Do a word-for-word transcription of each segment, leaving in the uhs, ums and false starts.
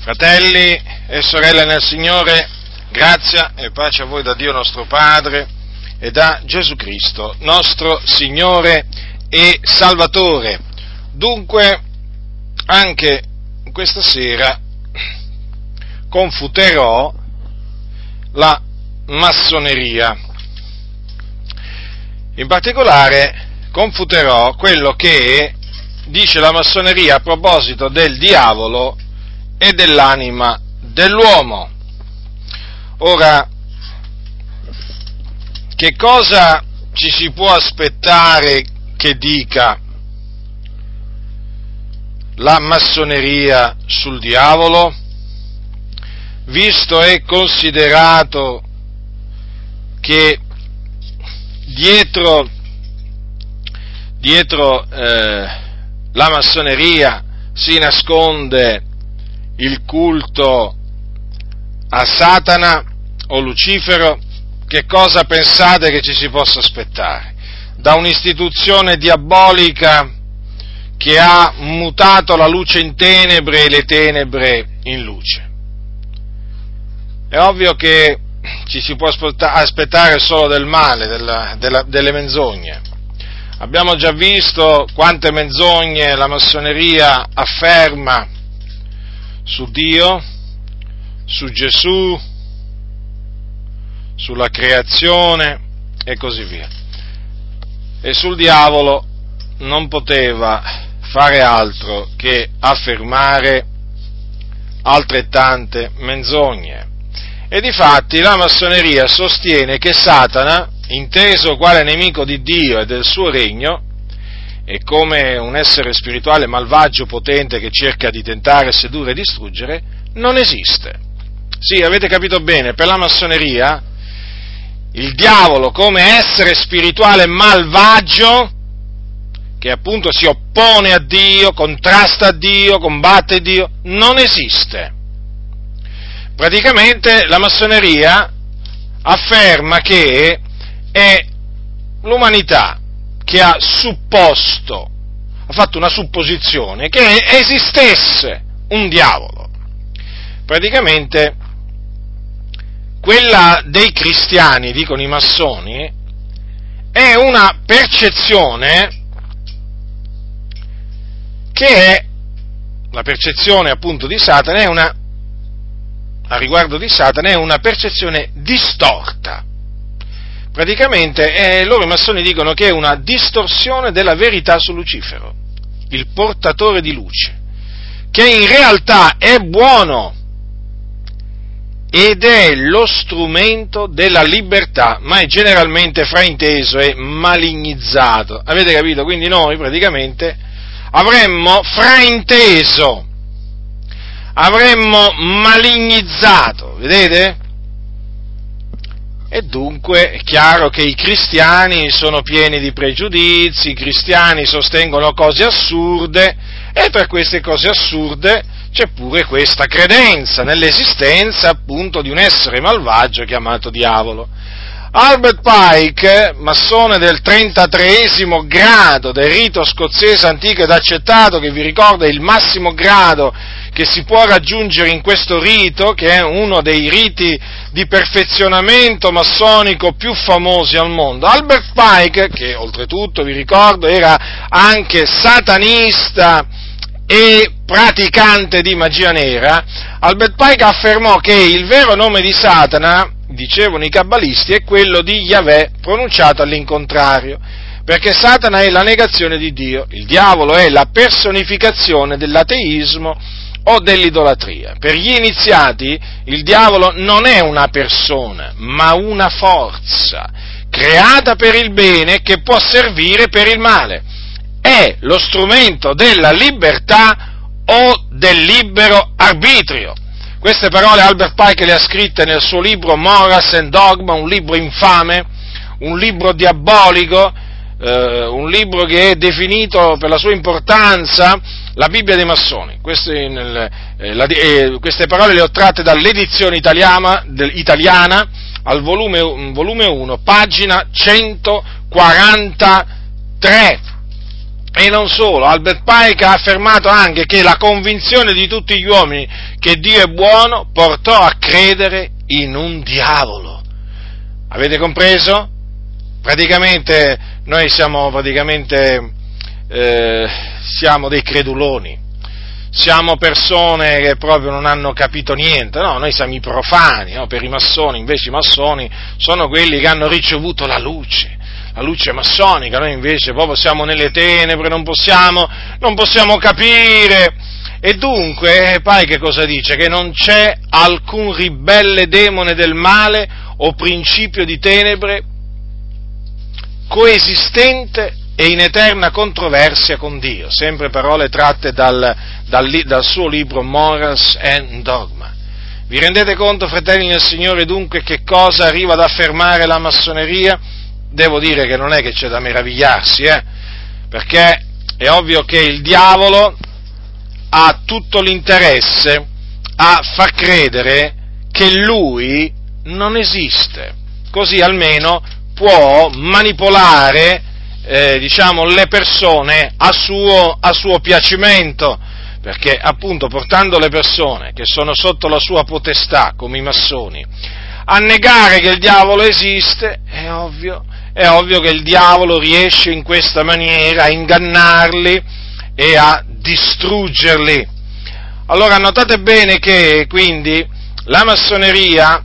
Fratelli e sorelle nel Signore, grazia e pace a voi da Dio nostro Padre e da Gesù Cristo, nostro Signore e Salvatore. Dunque, anche questa sera confuterò la massoneria. In particolare confuterò quello che dice la massoneria a proposito del diavolo e dell'anima dell'uomo. Ora, che cosa ci si può aspettare che dica la massoneria sul diavolo, visto e considerato che dietro, dietro eh, la massoneria si nasconde il culto a Satana o Lucifero? Che cosa pensate che ci si possa aspettare da un'istituzione diabolica che ha mutato la luce in tenebre e le tenebre in luce? È ovvio che ci si può aspettare solo del male, della, della, delle menzogne. Abbiamo già visto quante menzogne la massoneria afferma su Dio, su Gesù, sulla creazione e così via. E sul diavolo non poteva fare altro che affermare altrettante menzogne. E difatti la massoneria sostiene che Satana, inteso quale nemico di Dio e del suo regno, e come un essere spirituale malvagio potente che cerca di tentare, sedurre e distruggere, non esiste. Sì, avete capito bene, per la massoneria il diavolo come essere spirituale malvagio, che appunto si oppone a Dio, contrasta a Dio, combatte Dio, non esiste. Praticamente la massoneria afferma che è l'umanità che ha supposto, ha fatto una supposizione che esistesse un diavolo. Praticamente quella dei cristiani, dicono i massoni, è una percezione che è, la percezione appunto di Satana è una, a riguardo di Satana, è una percezione distorta. Praticamente eh, loro i massoni dicono che è una distorsione della verità su Lucifero, il portatore di luce, che in realtà è buono ed è lo strumento della libertà, ma è generalmente frainteso e malignizzato. Avete capito? Quindi noi praticamente avremmo frainteso, avremmo malignizzato, vedete? E dunque è chiaro che i cristiani sono pieni di pregiudizi, i cristiani sostengono cose assurde, e per queste cose assurde c'è pure questa credenza nell'esistenza appunto di un essere malvagio chiamato diavolo. Albert Pike, massone del trentatreesimo grado del rito scozzese antico ed accettato, che vi ricorda il massimo grado che si può raggiungere in questo rito, che è uno dei riti di perfezionamento massonico più famosi al mondo. Albert Pike, che oltretutto vi ricordo era anche satanista e praticante di magia nera, Albert Pike affermò che il vero nome di Satana, dicevano i cabalisti, è quello di Yahweh pronunciato all'incontrario, perché Satana è la negazione di Dio, il diavolo è la personificazione dell'ateismo o dell'idolatria. Per gli iniziati il diavolo non è una persona, ma una forza creata per il bene che può servire per il male. È lo strumento della libertà o del libero arbitrio. Queste parole Albert Pike le ha scritte nel suo libro Morals and Dogma, un libro infame, un libro diabolico, eh, un libro che è definito per la sua importanza la Bibbia dei massoni. Queste, nel, eh, la, eh, queste parole le ho tratte dall'edizione italiana, del, italiana al volume, volume uno, pagina centoquarantatré. E non solo, Albert Pike ha affermato anche che la convinzione di tutti gli uomini che Dio è buono portò a credere in un diavolo. Avete compreso? Praticamente noi siamo praticamente eh, siamo dei creduloni, siamo persone che proprio non hanno capito niente, no? Noi siamo i profani, no? Per i massoni, invece i massoni sono quelli che hanno ricevuto la luce. La luce massonica, noi invece proprio siamo nelle tenebre, non possiamo, non possiamo capire. E dunque, poi che cosa dice? Che non c'è alcun ribelle demone del male o principio di tenebre coesistente e in eterna controversia con Dio. Sempre parole tratte dal, dal, dal suo libro Morals and Dogma. Vi rendete conto, fratelli nel Signore, dunque, che cosa arriva ad affermare la massoneria? Devo dire che non è che c'è da meravigliarsi, eh? Perché è ovvio che il diavolo ha tutto l'interesse a far credere che lui non esiste, così almeno può manipolare, eh, diciamo, le persone a suo, a suo piacimento, perché appunto portando le persone che sono sotto la sua potestà, come i massoni, a negare che il diavolo esiste, è ovvio, è ovvio che il diavolo riesce in questa maniera a ingannarli e a distruggerli. Allora notate bene che quindi la massoneria,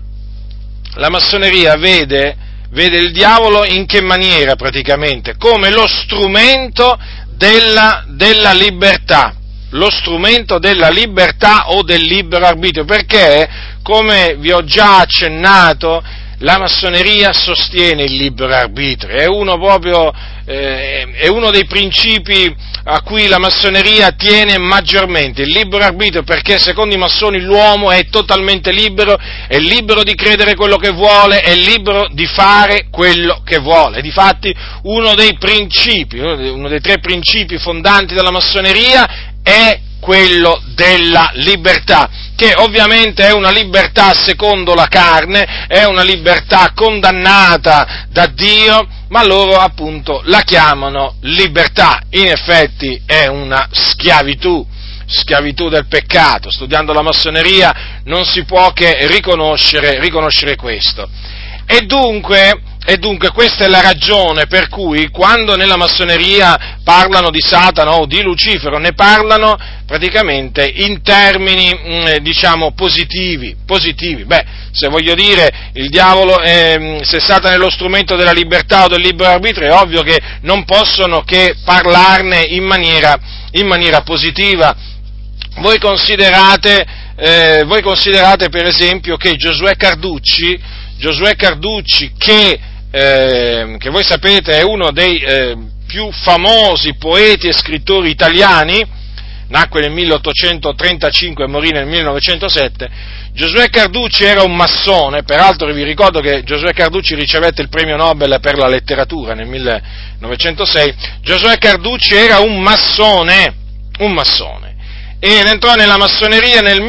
la massoneria vede, vede il diavolo in che maniera praticamente? Come lo strumento della, della libertà, lo strumento della libertà o del libero arbitrio, perché, come vi ho già accennato, la massoneria sostiene il libero arbitrio, è uno proprio, eh, è uno dei principi a cui la massoneria tiene maggiormente, il libero arbitrio, perché secondo i massoni l'uomo è totalmente libero, è libero di credere quello che vuole, è libero di fare quello che vuole. Difatti uno dei principi, uno dei tre principi fondanti della massoneria è quello della libertà, che ovviamente è una libertà secondo la carne, è una libertà condannata da Dio, ma loro appunto la chiamano libertà. In effetti è una schiavitù, schiavitù del peccato. Studiando la massoneria non si può che riconoscere, riconoscere questo. E dunque, e dunque questa è la ragione per cui quando nella massoneria parlano di Satana o di Lucifero, ne parlano praticamente in termini, mh, diciamo, positivi, positivi. Beh, se voglio dire, il diavolo, è, se Satana è lo strumento della libertà o del libero arbitrio, è ovvio che non possono che parlarne in maniera, in maniera positiva. Voi considerate, eh, voi considerate per esempio che Giosuè Carducci, Giosuè Carducci che, eh, che voi sapete è uno dei eh, più famosi poeti e scrittori italiani, nacque nel milleottocentotrentacinque e morì nel millenovecentosette, Giosuè Carducci era un massone, peraltro vi ricordo che Giosuè Carducci ricevette il premio Nobel per la letteratura nel millenovecentosei, Giosuè Carducci era un massone, un massone. Ed entrò nella massoneria nel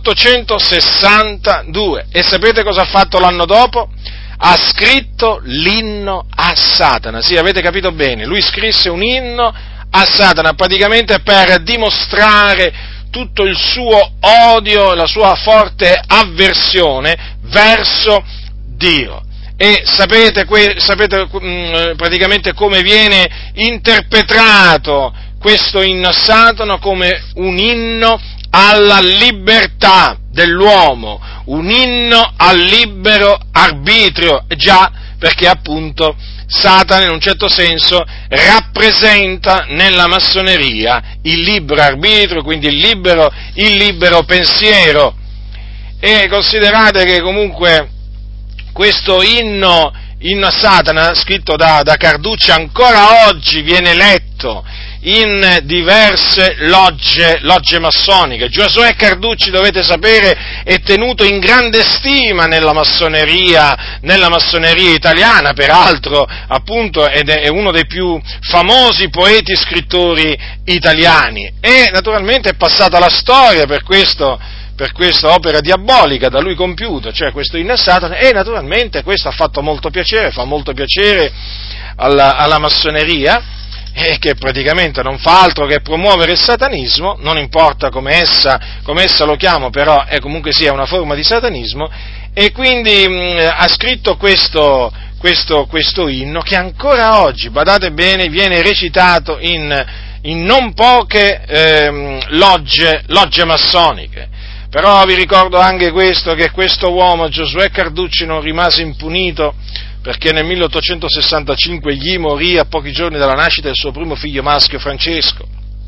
milleottocentosessantadue e sapete cosa ha fatto l'anno dopo? Ha scritto l'inno a Satana, sì, avete capito bene, lui scrisse un inno a Satana praticamente per dimostrare tutto il suo odio, la sua forte avversione verso Dio. E sapete, sapete mh, praticamente come viene interpretato questo inno a Satana? Come un inno alla libertà dell'uomo, un inno al libero arbitrio, già perché appunto Satana in un certo senso rappresenta nella massoneria il libero arbitrio, quindi il libero, il libero pensiero. E considerate che comunque questo inno, inno a Satana, scritto da, da Carducci, ancora oggi viene letto in diverse logge, logge massoniche. Giosuè Carducci, dovete sapere, è tenuto in grande stima nella massoneria, nella massoneria italiana, peraltro appunto ed è uno dei più famosi poeti e scrittori italiani, e naturalmente è passata la storia per questo, per questa opera diabolica da lui compiuta, cioè questo inno a Satana, e naturalmente questo ha fatto molto piacere, fa molto piacere alla, alla massoneria. e che praticamente non fa altro che promuovere il satanismo, non importa come essa, come essa lo chiamo, però è comunque sia una forma di satanismo, e quindi mh, ha scritto questo, questo, questo inno che ancora oggi, badate bene, viene recitato in, in non poche ehm, logge, logge massoniche. Però vi ricordo anche questo, che questo uomo, Giosuè Carducci, non rimase impunito, perché nel milleottocentosessantacinque gli morì a pochi giorni dalla nascita del suo primo figlio maschio, Francesco,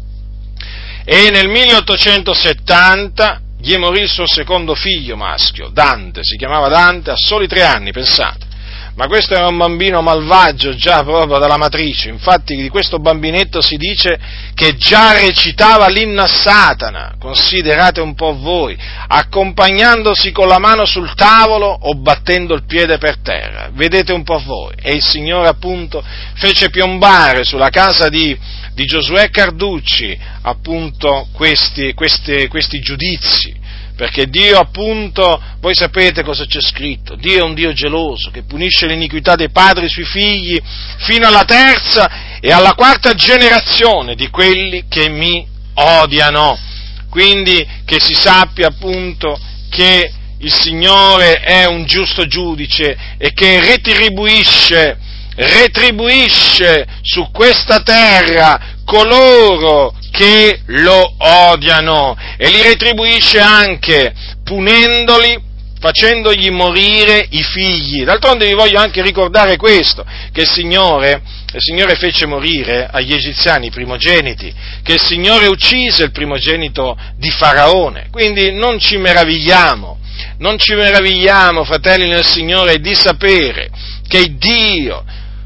e nel milleottocentosettanta gli morì il suo secondo figlio maschio, Dante, si chiamava Dante, a soli tre anni, pensate. Ma questo era un bambino malvagio già proprio dalla matrice, infatti di questo bambinetto si dice che già recitava l'inno a Satana, considerate un po' voi, accompagnandosi con la mano sul tavolo o battendo il piede per terra, vedete un po' voi, e il Signore appunto fece piombare sulla casa di, di Giosuè Carducci appunto questi, questi, questi giudizi. Perché Dio appunto, voi sapete cosa c'è scritto, Dio è un Dio geloso che punisce l'iniquità dei padri sui figli fino alla terza e alla quarta generazione di quelli che mi odiano. Quindi che si sappia appunto che il Signore è un giusto giudice e che retribuisce, retribuisce su questa terra coloro che lo odiano, e li retribuisce anche punendoli, facendogli morire i figli. D'altronde vi voglio anche ricordare questo, che il Signore, il Signore fece morire agli egiziani i primogeniti, che il Signore uccise il primogenito di Faraone, quindi non ci meravigliamo, non ci meravigliamo, fratelli nel Signore, di sapere che Dio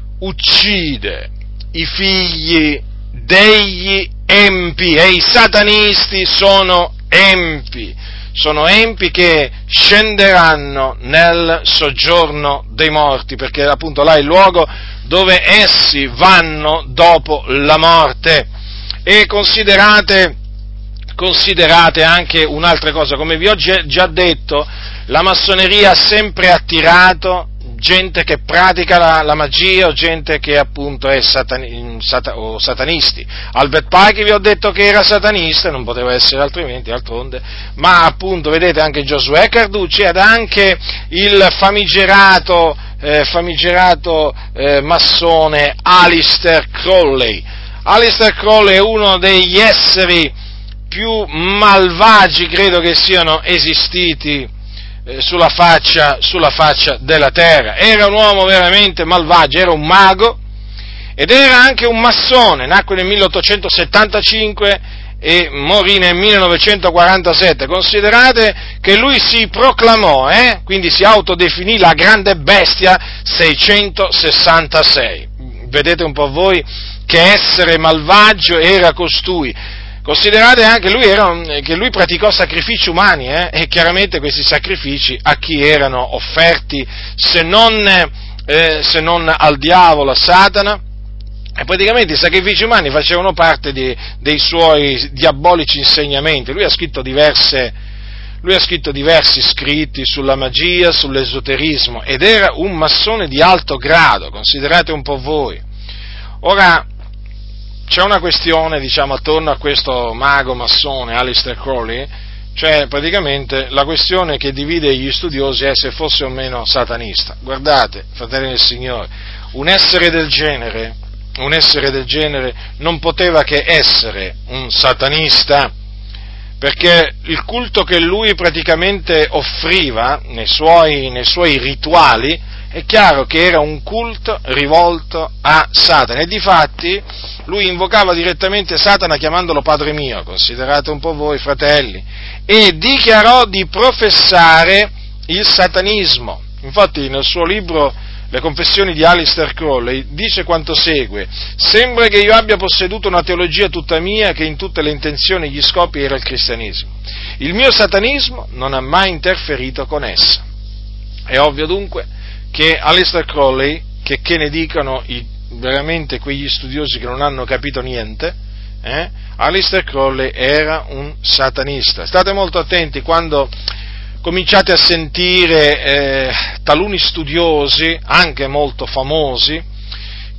uccide i figli degli empi, e i satanisti sono empi, sono empi che scenderanno nel soggiorno dei morti, perché appunto là è il luogo dove essi vanno dopo la morte. E considerate, considerate anche un'altra cosa, come vi ho già detto, la massoneria ha sempre attirato gente che pratica la, la magia, o gente che appunto è satani, sata, o satanisti. Albert Pike vi ho detto che era satanista, non poteva essere altrimenti, d'altronde, ma appunto vedete anche Giosuè Carducci ed anche il famigerato, eh, famigerato eh, massone Aleister Crowley. Aleister Crowley è uno degli esseri più malvagi, credo che siano esistiti Sulla faccia, sulla faccia della terra. Era un uomo veramente malvagio, era un mago ed era anche un massone. Nacque nel milleottocentosettantacinque e morì nel millenovecentoquarantasette. Considerate che lui si proclamò, eh? quindi si autodefinì la grande bestia seicentosessantasei. Vedete un po' voi che essere malvagio era costui. Considerate anche lui era, che lui praticò sacrifici umani, eh? e chiaramente questi sacrifici a chi erano offerti se non, eh, se non al diavolo, a Satana, e praticamente i sacrifici umani facevano parte di, dei suoi diabolici insegnamenti. Lui ha scritto diverse, lui ha scritto diversi scritti sulla magia, sull'esoterismo, ed era un massone di alto grado, considerate un po' voi. Ora, c'è una questione, diciamo, attorno a questo mago massone, Aleister Crowley, cioè praticamente la questione che divide gli studiosi è se fosse o meno satanista. Guardate, fratelli del Signore, un essere del genere, un essere del genere non poteva che essere un satanista, perché il culto che lui praticamente offriva nei suoi, nei suoi rituali, è chiaro che era un culto rivolto a Satana, e difatti lui invocava direttamente Satana chiamandolo Padre mio, considerate un po' voi, fratelli, e dichiarò di professare il satanismo. Infatti nel suo libro Le confessioni di Aleister Crowley dice quanto segue: sembra che io abbia posseduto una teologia tutta mia, che in tutte le intenzioni e gli scopi era il cristianesimo. Il mio satanismo non ha mai interferito con essa. È ovvio dunque che Aleister Crowley, che, che ne dicano i, veramente quegli studiosi che non hanno capito niente, eh, Aleister Crowley era un satanista. State molto attenti quando cominciate a sentire eh, taluni studiosi, anche molto famosi,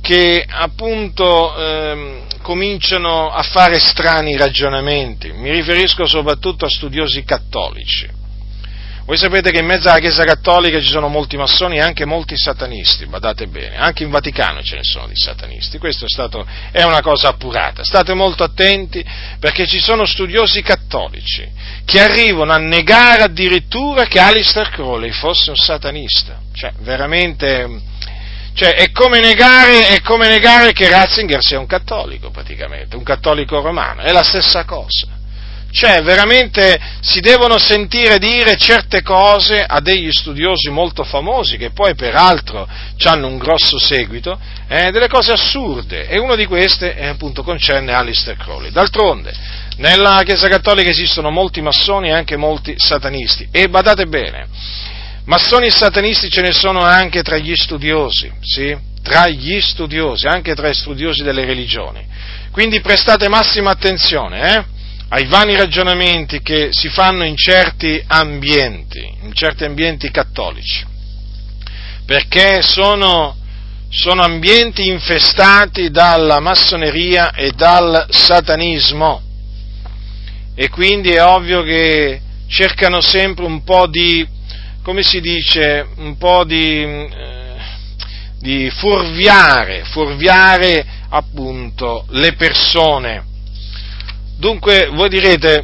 che appunto ehm, cominciano a fare strani ragionamenti. Mi riferisco soprattutto a studiosi cattolici. Voi sapete che in mezzo alla Chiesa Cattolica ci sono molti massoni e anche molti satanisti, badate bene, anche in Vaticano ce ne sono di satanisti, questo è, stato, è una cosa appurata. State molto attenti, perché ci sono studiosi cattolici che arrivano a negare addirittura che Aleister Crowley fosse un satanista, cioè veramente, cioè è come negare, è come negare che Ratzinger sia un cattolico praticamente, un cattolico romano, è la stessa cosa. Cioè, veramente si devono sentire dire certe cose a degli studiosi molto famosi, che poi peraltro hanno un grosso seguito, eh, delle cose assurde, e una di queste eh, appunto concerne Aleister Crowley. D'altronde, nella Chiesa Cattolica esistono molti massoni e anche molti satanisti, e badate bene, massoni e satanisti ce ne sono anche tra gli studiosi, sì? Tra gli studiosi, anche tra gli studiosi delle religioni. Quindi prestate massima attenzione, eh? ai vani ragionamenti che si fanno in certi ambienti, in certi ambienti cattolici, perché sono, sono ambienti infestati dalla massoneria e dal satanismo, e quindi è ovvio che cercano sempre un po' di, come si dice, un po' di, eh, di fuorviare, fuorviare appunto le persone. Dunque, voi direte,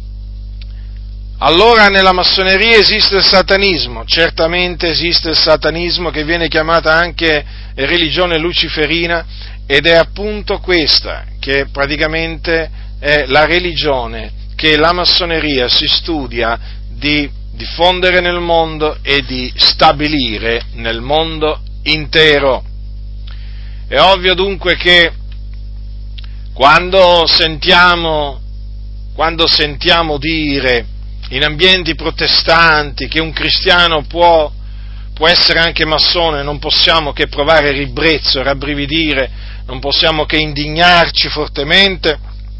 allora nella massoneria esiste il satanismo? Certamente esiste il satanismo, che viene chiamata anche religione luciferina, ed è appunto questa, che praticamente è la religione che la massoneria si studia di diffondere nel mondo e di stabilire nel mondo intero. È ovvio dunque che Quando sentiamo, quando sentiamo dire in ambienti protestanti che un cristiano può, può essere anche massone, non possiamo che provare ribrezzo, rabbrividire, non possiamo che indignarci fortemente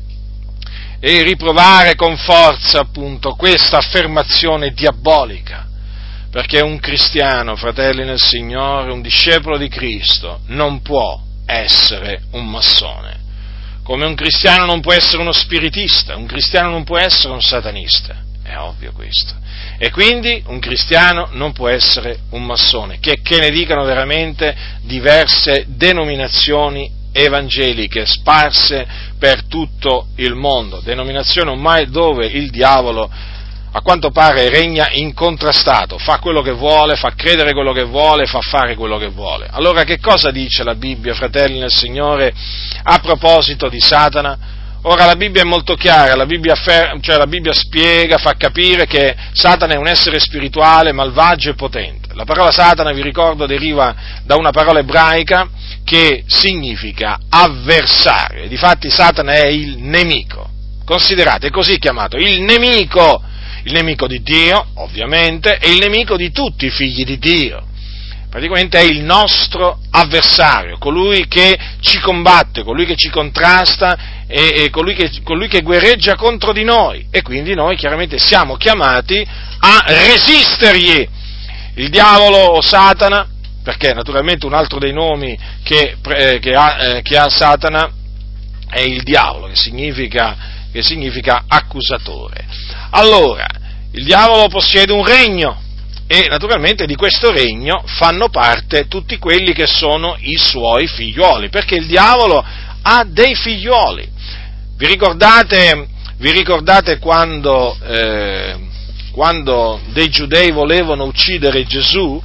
e riprovare con forza appunto questa affermazione diabolica, perché un cristiano, fratelli nel Signore, un discepolo di Cristo, non può essere un massone. Come un cristiano non può essere uno spiritista, un cristiano non può essere un satanista, è ovvio questo. E quindi un cristiano non può essere un massone, che, che ne dicano veramente diverse denominazioni evangeliche sparse per tutto il mondo, denominazioni ormai dove il diavolo a quanto pare regna incontrastato, fa quello che vuole, fa credere quello che vuole, fa fare quello che vuole. Allora che cosa dice la Bibbia, fratelli nel Signore, a proposito di Satana? Ora la Bibbia è molto chiara, la Bibbia, affer- cioè la Bibbia spiega, fa capire che Satana è un essere spirituale, malvagio e potente. La parola Satana, vi ricordo, deriva da una parola ebraica che significa avversario, difatti Satana è il nemico, considerate, è così chiamato, il nemico, il nemico di Dio, ovviamente, e il nemico di tutti i figli di Dio. Praticamente è il nostro avversario, colui che ci combatte, colui che ci contrasta e, e colui, che, colui che guerreggia contro di noi, e quindi noi chiaramente siamo chiamati a resistergli. Il diavolo o Satana, perché naturalmente un altro dei nomi che, eh, che, ha, eh, che ha Satana è il diavolo, che significa, che significa accusatore. Allora, il diavolo possiede un regno, e naturalmente di questo regno fanno parte tutti quelli che sono i suoi figlioli, perché il diavolo ha dei figlioli. Vi ricordate, vi ricordate quando, eh, quando dei giudei volevano uccidere Gesù?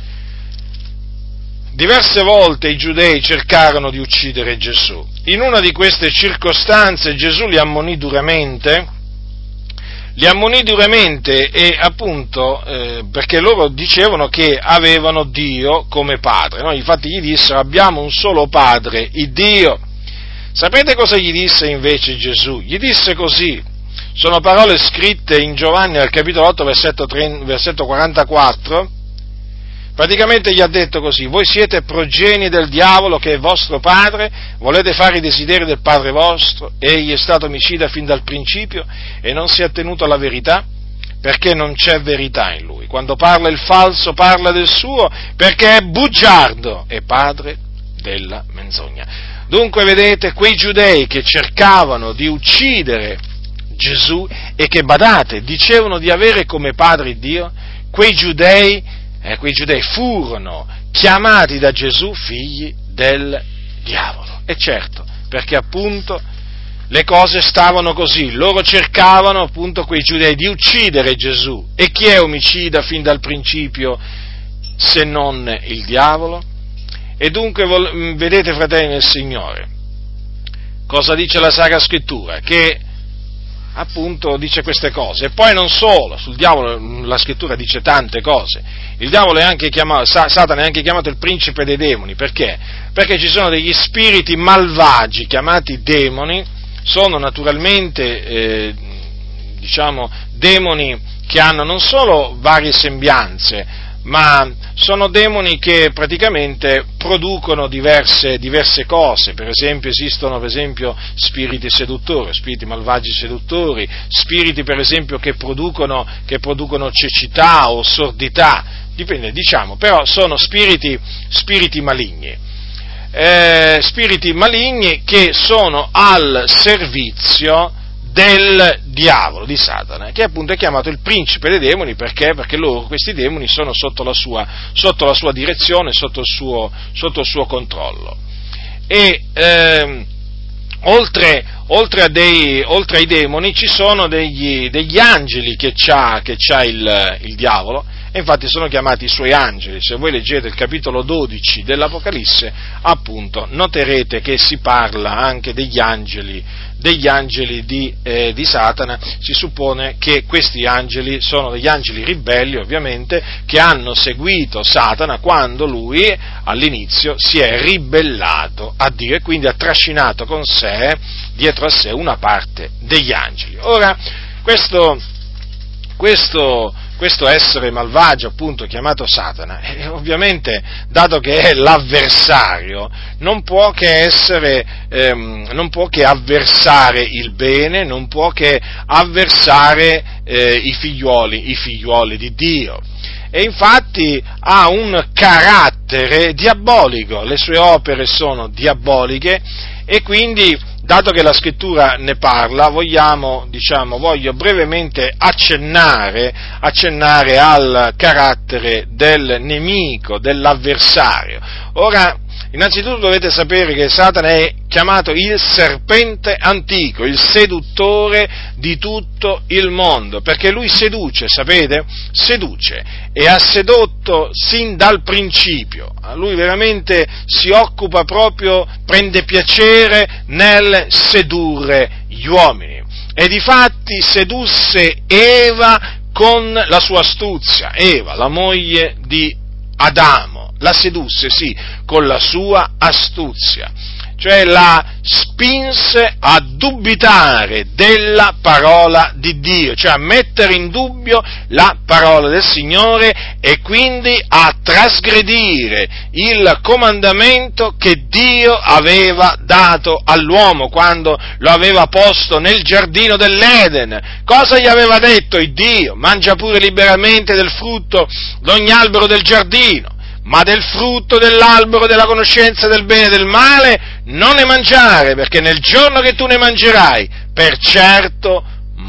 Diverse volte i giudei cercarono di uccidere Gesù. In una di queste circostanze Gesù li ammonì duramente, li ammonì duramente e appunto eh, perché loro dicevano che avevano Dio come padre, no? Infatti gli dissero: abbiamo un solo padre, il Dio. Sapete cosa gli disse invece Gesù? Gli disse così, sono parole scritte in Giovanni al capitolo otto versetto, trenta, versetto quarantaquattro, praticamente gli ha detto così: voi siete progenie del diavolo che è vostro padre, volete fare i desideri del padre vostro, egli è stato omicida fin dal principio e non si è attenuto alla verità, perché non c'è verità in lui. Quando parla il falso parla del suo, perché è bugiardo e padre della menzogna. Dunque vedete, quei giudei che cercavano di uccidere Gesù e che, badate, dicevano di avere come padre Dio, quei giudei, eh, quei giudei furono chiamati da Gesù figli del diavolo. E certo, perché appunto le cose stavano così, loro cercavano appunto quei giudei di uccidere Gesù. E chi è omicida fin dal principio se non il diavolo? E dunque, vedete, fratelli nel Signore, cosa dice la Sacra Scrittura? Che appunto dice queste cose. E poi non solo, sul diavolo la Scrittura dice tante cose. Il diavolo è anche chiamato, Satana è anche chiamato il principe dei demoni. Perché? Perché ci sono degli spiriti malvagi chiamati demoni, sono naturalmente, eh, diciamo, demoni che hanno non solo varie sembianze, ma sono demoni che praticamente producono diverse, diverse cose. Per esempio esistono per esempio spiriti seduttori, spiriti malvagi seduttori, spiriti per esempio che producono, che producono cecità o sordità, dipende, diciamo, però sono spiriti, spiriti maligni, eh, spiriti maligni che sono al servizio del diavolo, di Satana, che appunto è chiamato il principe dei demoni. Perché? Perché loro, questi demoni, sono sotto la sua, sotto la sua direzione, sotto il suo, sotto il suo controllo. E ehm, oltre, oltre, a dei, oltre ai demoni ci sono degli, degli angeli che c'ha, che c'ha il, il diavolo, e infatti sono chiamati i suoi angeli. Se voi leggete il capitolo dodici dell'Apocalisse, appunto, noterete che si parla anche degli angeli, degli angeli di, eh, di Satana. Si suppone che questi angeli sono degli angeli ribelli, ovviamente, che hanno seguito Satana quando lui all'inizio si è ribellato a Dio, e quindi ha trascinato con sé, dietro a sé, una parte degli angeli. Ora, questo, questo, questo essere malvagio, appunto, chiamato Satana, eh, ovviamente, dato che è l'avversario, non può che essere, ehm, non può che avversare il bene, non può che avversare eh, i figliuoli, i figliuoli di Dio. E infatti ha un carattere diabolico, le sue opere sono diaboliche, e quindi, dato che la Scrittura ne parla, vogliamo, diciamo, voglio brevemente accennare, accennare al carattere del nemico, dell'avversario. Ora, innanzitutto dovete sapere che Satana è chiamato il serpente antico, il seduttore di tutto il mondo, perché lui seduce, sapete? Seduce, e ha sedotto sin dal principio. Lui veramente si occupa proprio, prende piacere nel sedurre gli uomini. E difatti sedusse Eva con la sua astuzia, Eva, la moglie di Adamo, la sedusse, sì, con la sua astuzia, cioè la spinse a dubitare della parola di Dio, cioè a mettere in dubbio la parola del Signore, e quindi a trasgredire il comandamento che Dio aveva dato all'uomo quando lo aveva posto nel giardino dell'Eden. Cosa gli aveva detto il Dio? Mangia pure liberamente del frutto d'ogni albero del giardino, ma del frutto dell'albero della conoscenza del bene e del male non ne mangiare, perché nel giorno che tu ne mangerai, per certo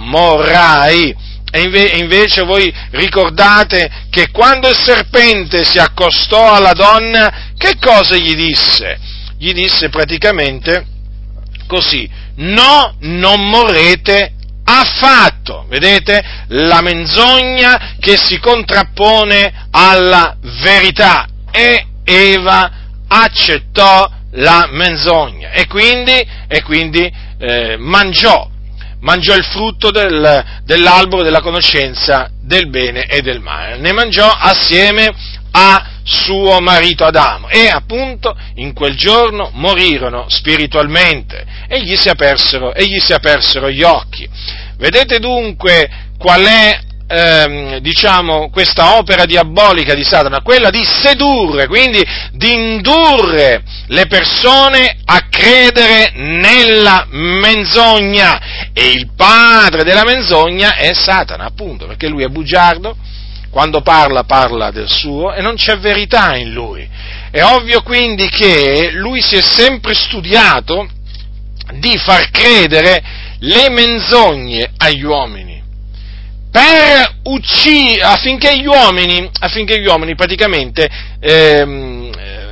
morrai. E invece voi ricordate che quando il serpente si accostò alla donna, che cosa gli disse? Gli disse praticamente così: no, non morrete affatto. Vedete? La menzogna che si contrappone alla verità, e Eva accettò la menzogna e quindi, e quindi eh, mangiò, mangiò il frutto del, dell'albero della conoscenza del bene e del male, ne mangiò assieme a suo marito Adamo, e appunto in quel giorno morirono spiritualmente e gli si apersero, e gli si apersero gli occhi. Vedete dunque qual è, ehm, diciamo, questa opera diabolica di Satana? Quella di sedurre, quindi di indurre le persone a credere nella menzogna, e il padre della menzogna è Satana, appunto, perché lui è bugiardo. Quando parla, parla del suo, e non c'è verità in lui. È ovvio quindi che lui si è sempre studiato di far credere le menzogne agli uomini, per uccidere, affinché gli uomini, affinché gli uomini praticamente ehm,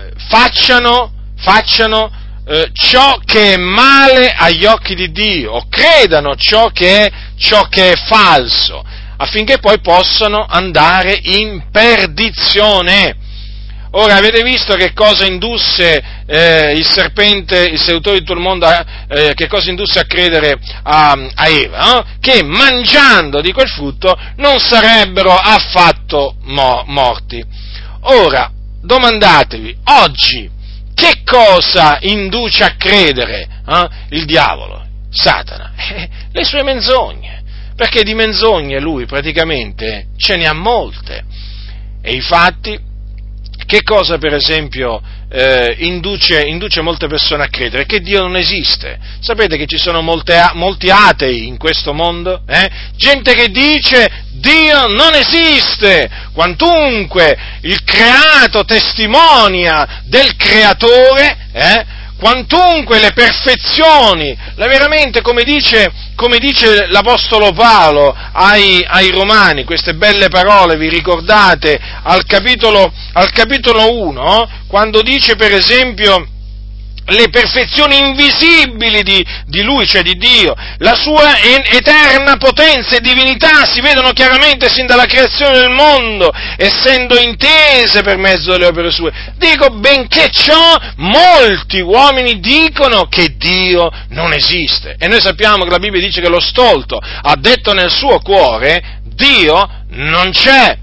facciano, facciano eh, ciò che è male agli occhi di Dio, o credano ciò che è, ciò che è falso, affinché poi possano andare in perdizione. Ora, avete visto che cosa indusse eh, il serpente, il seduttore di tutto il mondo, eh, che cosa indusse a credere a, a Eva? No? Che mangiando di quel frutto non sarebbero affatto mo- morti. Ora, domandatevi, oggi, che cosa induce a credere eh, il diavolo, Satana? Eh, le sue menzogne, perché di menzogne lui praticamente ce ne ha molte. E infatti, che cosa per esempio eh, induce, induce molte persone a credere? Che Dio non esiste. Sapete che ci sono molte, molti atei in questo mondo? Eh? Gente che dice Dio non esiste, quantunque il creato testimonia del creatore, eh? Quantunque le perfezioni, la veramente come dice, come dice l'Apostolo Paolo ai, ai Romani, queste belle parole, vi ricordate, al capitolo, al capitolo uno, quando dice per esempio le perfezioni invisibili di, di Lui, cioè di Dio, la sua eterna potenza e divinità si vedono chiaramente sin dalla creazione del mondo, essendo intese per mezzo delle opere sue. Dico, benché ciò, molti uomini dicono che Dio non esiste. E noi sappiamo che la Bibbia dice che lo stolto ha detto nel suo cuore, Dio non c'è.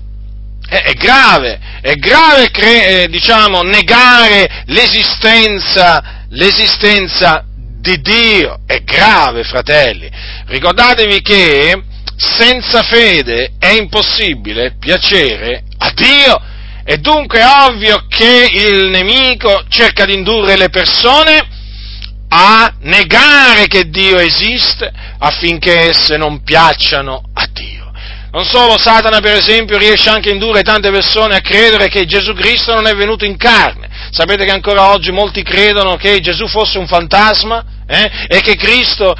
È grave, è grave cre- eh, diciamo, negare l'esistenza, l'esistenza di Dio, è grave, fratelli. Ricordatevi che senza fede è impossibile piacere a Dio, e dunque è ovvio che il nemico cerca di indurre le persone a negare che Dio esiste affinché esse non piacciono a Dio. Non solo, Satana per esempio riesce anche a indurre tante persone a credere che Gesù Cristo non è venuto in carne. Sapete che ancora oggi molti credono che Gesù fosse un fantasma eh? e che Cristo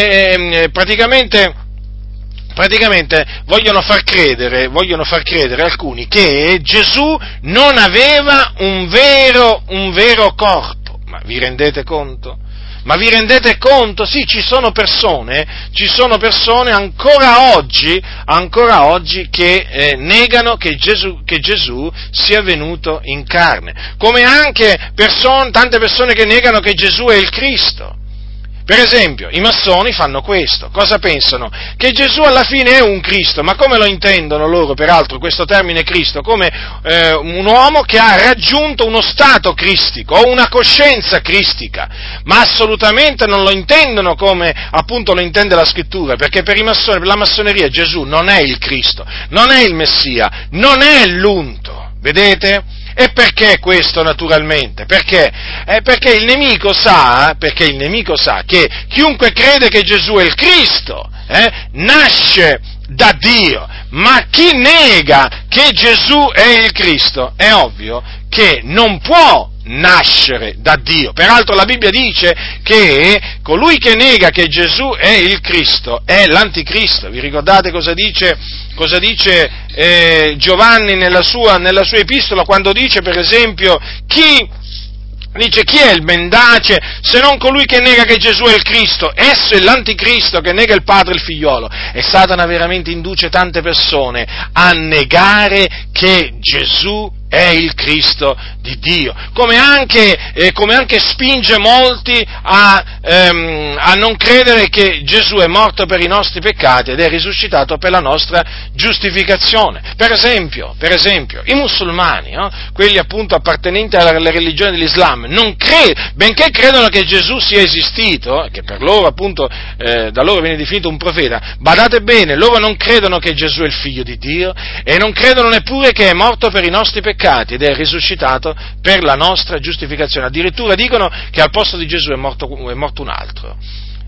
eh, praticamente, praticamente vogliono far credere, vogliono far credere alcuni che Gesù non aveva un vero, un vero corpo. Ma vi rendete conto? Ma vi rendete conto? Sì, ci sono persone, ci sono persone ancora oggi, ancora oggi che eh, negano che Gesù, che Gesù sia venuto in carne, come anche person- tante persone che negano che Gesù è il Cristo. Per esempio, i massoni fanno questo, cosa pensano? Che Gesù alla fine è un Cristo, ma come lo intendono loro, peraltro, questo termine Cristo? Come eh, un uomo che ha raggiunto uno stato cristico, o una coscienza cristica, ma assolutamente non lo intendono come appunto lo intende la Scrittura, perché per i massoni, per la massoneria Gesù non è il Cristo, non è il Messia, non è l'unto, vedete? E perché questo naturalmente? Perché? Eh, perché il nemico sa, perché il nemico sa che chiunque crede che Gesù è il Cristo, eh, nasce da Dio, ma chi nega che Gesù è il Cristo, è ovvio che non può nascere da Dio. Peraltro la Bibbia dice che colui che nega che Gesù è il Cristo è l'anticristo. Vi ricordate cosa dice, cosa dice eh, Giovanni nella sua, nella sua epistola, quando dice per esempio chi Dice, chi è il mendace se non colui che nega che Gesù è il Cristo? Esso è l'anticristo che nega il Padre e il Figliolo. E Satana veramente induce tante persone a negare che Gesù è il Cristo di Dio, come anche, eh, come anche spinge molti a, ehm, a non credere che Gesù è morto per i nostri peccati ed è risuscitato per la nostra giustificazione. Per esempio, per esempio i musulmani, no? Quelli appunto appartenenti alla, alla religione dell'Islam, non cre- benché credono che Gesù sia esistito, che per loro appunto eh, da loro viene definito un profeta, badate bene, loro non credono che Gesù è il figlio di Dio e non credono neppure che è morto per i nostri peccati ed è risuscitato per la nostra giustificazione. Addirittura dicono che al posto di Gesù è morto, è morto un altro.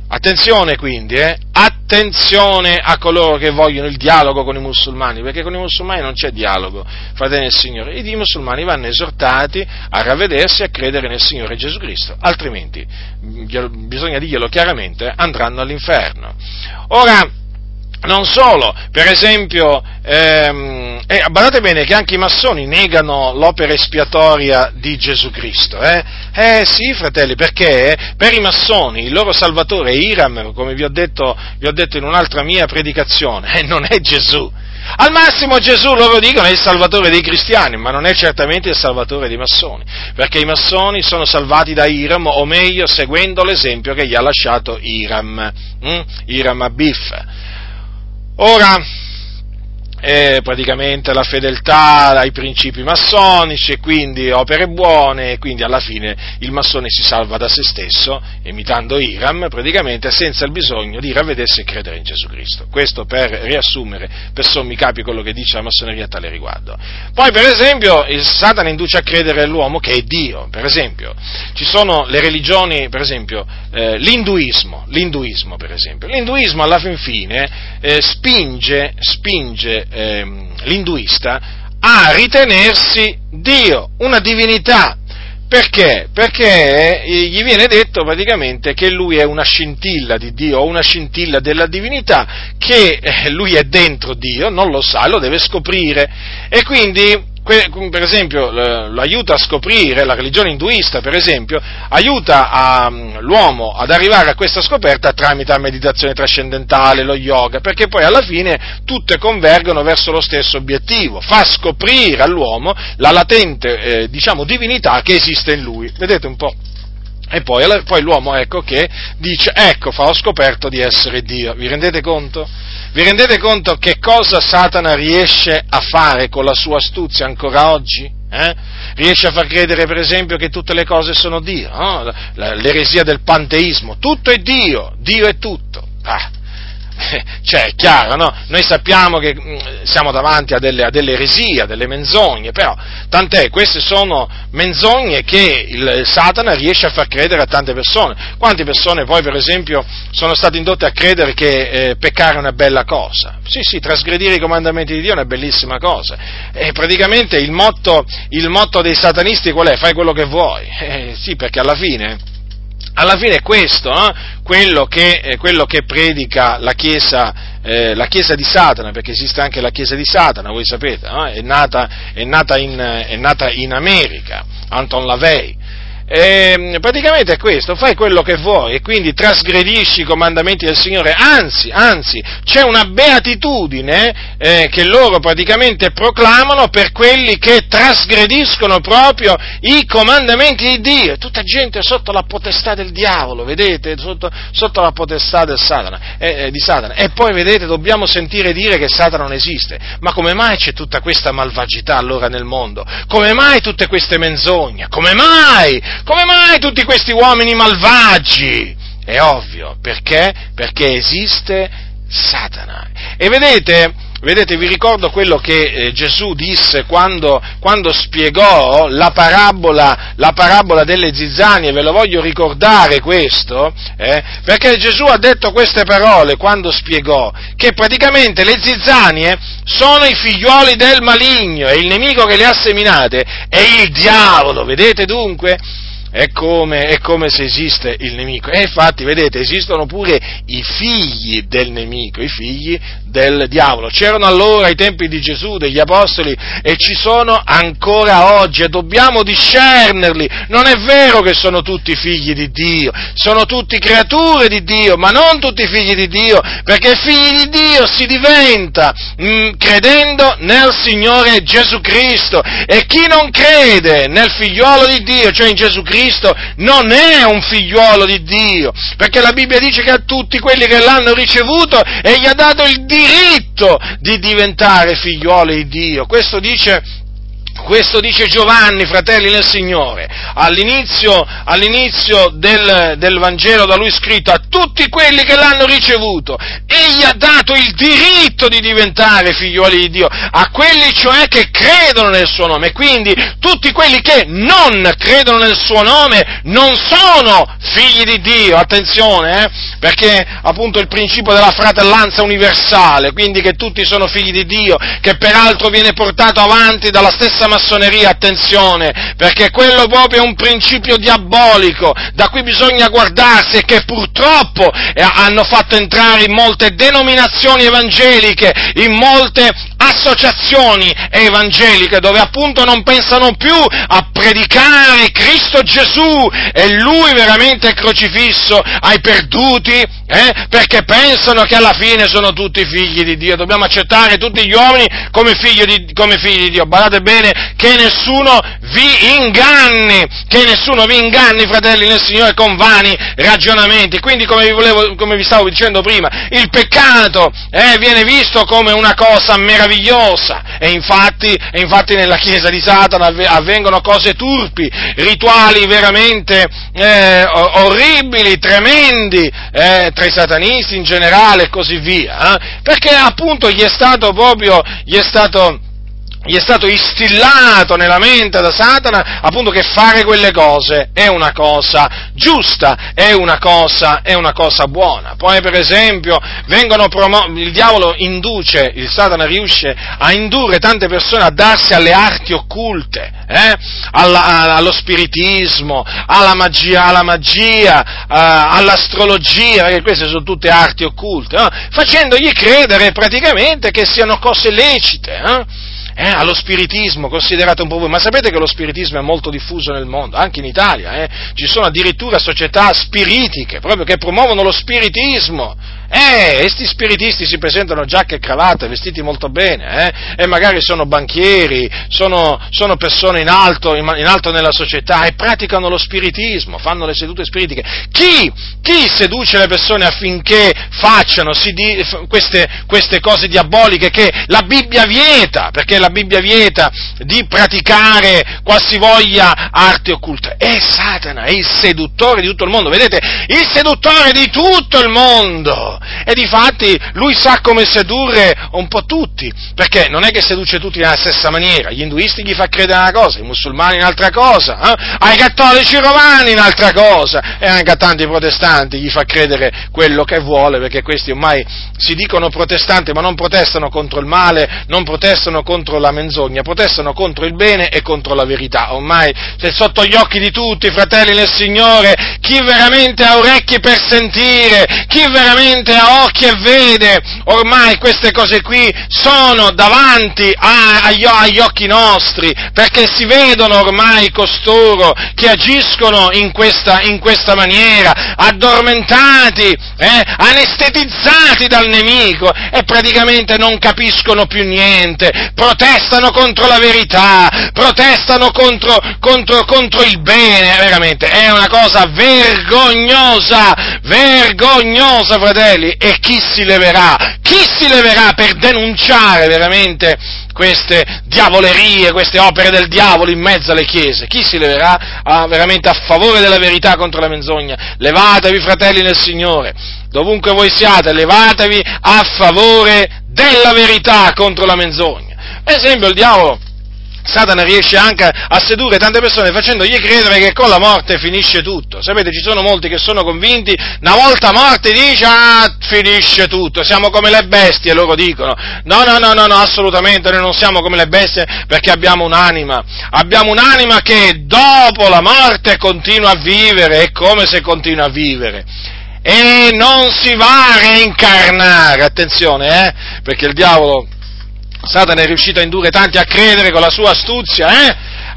Attenzione quindi, eh? Attenzione a coloro che vogliono il dialogo con i musulmani, perché con i musulmani non c'è dialogo, fratelli del Signore. I musulmani vanno esortati a ravvedersi e a credere nel Signore Gesù Cristo, altrimenti, bisogna dirglielo chiaramente, andranno all'inferno. Ora, non solo, per esempio, ehm, eh, badate bene che anche i massoni negano l'opera espiatoria di Gesù Cristo, eh? Eh sì, fratelli, perché per i massoni il loro salvatore è Hiram, come vi ho detto, vi ho detto in un'altra mia predicazione, e eh, non è Gesù. Al massimo Gesù, loro dicono, è il salvatore dei cristiani, ma non è certamente il salvatore dei massoni, perché i massoni sono salvati da Hiram, o meglio, seguendo l'esempio che gli ha lasciato Hiram, hm? Hiram Abif. Ora, eh, praticamente la fedeltà ai principi massonici e quindi opere buone, e quindi alla fine il massone si salva da se stesso, imitando Hiram, praticamente senza il bisogno di ravvedersi e credere in Gesù Cristo. Questo per riassumere per sommi capi quello che dice la massoneria a tale riguardo. Poi per esempio il Satana induce a credere all'uomo che è Dio. Per esempio ci sono le religioni, per esempio eh, l'induismo, l'induismo per esempio. L'induismo alla fin fine eh, spinge, spinge Ehm, l'induista a ritenersi Dio, una divinità. Perché? Perché gli viene detto praticamente che lui è una scintilla di Dio, o una scintilla della divinità, che lui è dentro Dio, non lo sa, lo deve scoprire, e quindi per esempio lo aiuta a scoprire, la religione induista per esempio, aiuta a, l'uomo ad arrivare a questa scoperta tramite la meditazione trascendentale, lo yoga, perché poi alla fine tutte convergono verso lo stesso obiettivo, fa scoprire all'uomo la latente, eh, diciamo, divinità che esiste in lui, vedete un po'. E poi, poi l'uomo, ecco, che dice, ecco, fa, ho scoperto di essere Dio. Vi rendete conto? Vi rendete conto che cosa Satana riesce a fare con la sua astuzia ancora oggi? Eh? Riesce a far credere, per esempio, che tutte le cose sono Dio, no? L'eresia del panteismo, tutto è Dio, Dio è tutto. Ah. Cioè, è chiaro, no? Noi sappiamo che mh, siamo davanti a delle, a delle eresie, a delle menzogne, però, tant'è, queste sono menzogne che il Satana riesce a far credere a tante persone. Quante persone poi, per esempio, sono state indotte a credere che eh, peccare è una bella cosa? Sì, sì, trasgredire i comandamenti di Dio è una bellissima cosa. E praticamente il motto, il motto dei satanisti qual è? Fai quello che vuoi. Eh, sì, perché alla fine... Alla fine è questo, eh? quello, che, eh, quello che predica la Chiesa, eh, la Chiesa di Satana, perché esiste anche la Chiesa di Satana, voi sapete, eh? è, nata, è, nata in, è nata in America, Anton LaVey. E praticamente è questo, fai quello che vuoi e quindi trasgredisci i comandamenti del Signore, anzi, anzi, c'è una beatitudine eh, che loro praticamente proclamano per quelli che trasgrediscono proprio i comandamenti di Dio, è tutta gente sotto la potestà del diavolo, vedete, sotto, sotto la potestà del Satana, eh, eh, di Satana, e poi vedete, dobbiamo sentire dire che Satana non esiste, ma come mai c'è tutta questa malvagità allora nel mondo? Come mai tutte queste menzogne? Come mai? Come mai tutti questi uomini malvagi? È ovvio, perché? Perché esiste Satana. E vedete, vedete, vi ricordo quello che eh, Gesù disse quando, quando spiegò la parabola, la parabola delle zizzanie, ve lo voglio ricordare questo, eh, perché Gesù ha detto queste parole quando spiegò che praticamente le zizzanie sono i figliuoli del maligno e il nemico che le ha seminate è il diavolo, vedete dunque? È come, è come se esiste il nemico, e infatti vedete esistono pure i figli del nemico, i figli del diavolo, c'erano allora ai tempi di Gesù, degli apostoli, e ci sono ancora oggi e dobbiamo discernerli. Non è vero che sono tutti figli di Dio, sono tutti creature di Dio, ma non tutti figli di Dio, perché figli di Dio si diventa mh, credendo nel Signore Gesù Cristo, e chi non crede nel figliuolo di Dio, cioè in Gesù Cristo, non è un figliuolo di Dio, perché la Bibbia dice che a tutti quelli che l'hanno ricevuto egli ha dato il diritto di diventare figliuoli di Dio. Questo dice Questo dice Giovanni, fratelli nel Signore, all'inizio, all'inizio del, del Vangelo da lui scritto: a tutti quelli che l'hanno ricevuto, egli ha dato il diritto di diventare figliuoli di Dio, a quelli cioè che credono nel suo nome. Quindi tutti quelli che non credono nel suo nome non sono figli di Dio, attenzione, eh, perché appunto il principio della fratellanza universale, quindi che tutti sono figli di Dio, che peraltro viene portato avanti dalla stessa massoneria, attenzione, perché quello proprio è un principio diabolico da cui bisogna guardarsi e che purtroppo eh, hanno fatto entrare in molte denominazioni evangeliche, in molte associazioni evangeliche, dove appunto non pensano più a predicare Cristo Gesù e Lui veramente crocifisso ai perduti, eh, perché pensano che alla fine sono tutti figli di Dio. Dobbiamo accettare tutti gli uomini come figli di, come figli di Dio. Badate bene che nessuno vi inganni, che nessuno vi inganni, fratelli nel Signore, con vani ragionamenti. Quindi, come vi volevo, come vi stavo dicendo prima, il peccato eh, viene visto come una cosa meravigliosa, e infatti, e infatti nella Chiesa di Satana avvengono cose turpi, rituali veramente eh, orribili, tremendi, eh, tra i satanisti in generale e così via, eh, perché appunto gli è stato proprio, gli è stato gli è stato istillato nella mente da Satana appunto che fare quelle cose è una cosa giusta, è una cosa, è una cosa buona. Poi per esempio vengono promo- il diavolo induce, il Satana riesce a indurre tante persone a darsi alle arti occulte, eh? alla, allo spiritismo, alla magia, alla magia, uh, all'astrologia, perché queste sono tutte arti occulte, no? Facendogli credere praticamente che siano cose lecite, eh? Eh, allo spiritismo, considerate un po' voi, ma sapete che lo spiritismo è molto diffuso nel mondo, anche in Italia, eh? Ci sono addirittura società spiritiche, proprio che promuovono lo spiritismo, eh, e sti spiritisti si presentano giacche e cravatte, vestiti molto bene, eh? E magari sono banchieri, sono, sono persone in alto, in, in alto nella società, e praticano lo spiritismo, fanno le sedute spiritiche. Chi, chi seduce le persone affinché facciano si di, queste, queste cose diaboliche che la Bibbia vieta, perché la La Bibbia vieta di praticare qualsivoglia arte occulta? È Satana, è il seduttore di tutto il mondo, vedete? Il seduttore di tutto il mondo! E difatti lui sa come sedurre un po' tutti, perché non è che seduce tutti nella stessa maniera. Gli induisti gli fa credere una cosa, i musulmani un'altra cosa, eh? Ai cattolici romani un'altra cosa, e anche a tanti protestanti gli fa credere quello che vuole, perché questi ormai si dicono protestanti, ma non protestano contro il male, non protestano contro la menzogna, protestano contro il bene e contro la verità. Ormai è sotto gli occhi di tutti, fratelli nel Signore, chi veramente ha orecchie per sentire, chi veramente ha occhi e vede, ormai queste cose qui sono davanti a, agli, agli occhi nostri, perché si vedono ormai costoro che agiscono in questa, in questa maniera, addormentati, eh, anestetizzati dal nemico, e praticamente non capiscono più niente, protestano contro la verità, protestano contro, contro, contro il bene. Veramente è una cosa vergognosa, vergognosa, fratelli. E chi si leverà? Chi si leverà per denunciare veramente queste diavolerie, queste opere del diavolo in mezzo alle chiese? Chi si leverà a, veramente a favore della verità contro la menzogna? Levatevi, fratelli nel Signore, dovunque voi siate, levatevi a favore della verità contro la menzogna. Per esempio il diavolo, Satana riesce anche a sedurre tante persone facendogli credere che con la morte finisce tutto. Sapete, ci sono molti che sono convinti, una volta morti dice, ah, finisce tutto, siamo come le bestie, loro dicono. No, no, no, no, no, assolutamente, noi non siamo come le bestie, perché abbiamo un'anima, abbiamo un'anima che dopo la morte continua a vivere, è come se continua a vivere. E non si va a reincarnare, attenzione, eh, perché il diavolo, Satana è riuscito a indurre tanti a credere con la sua astuzia, eh?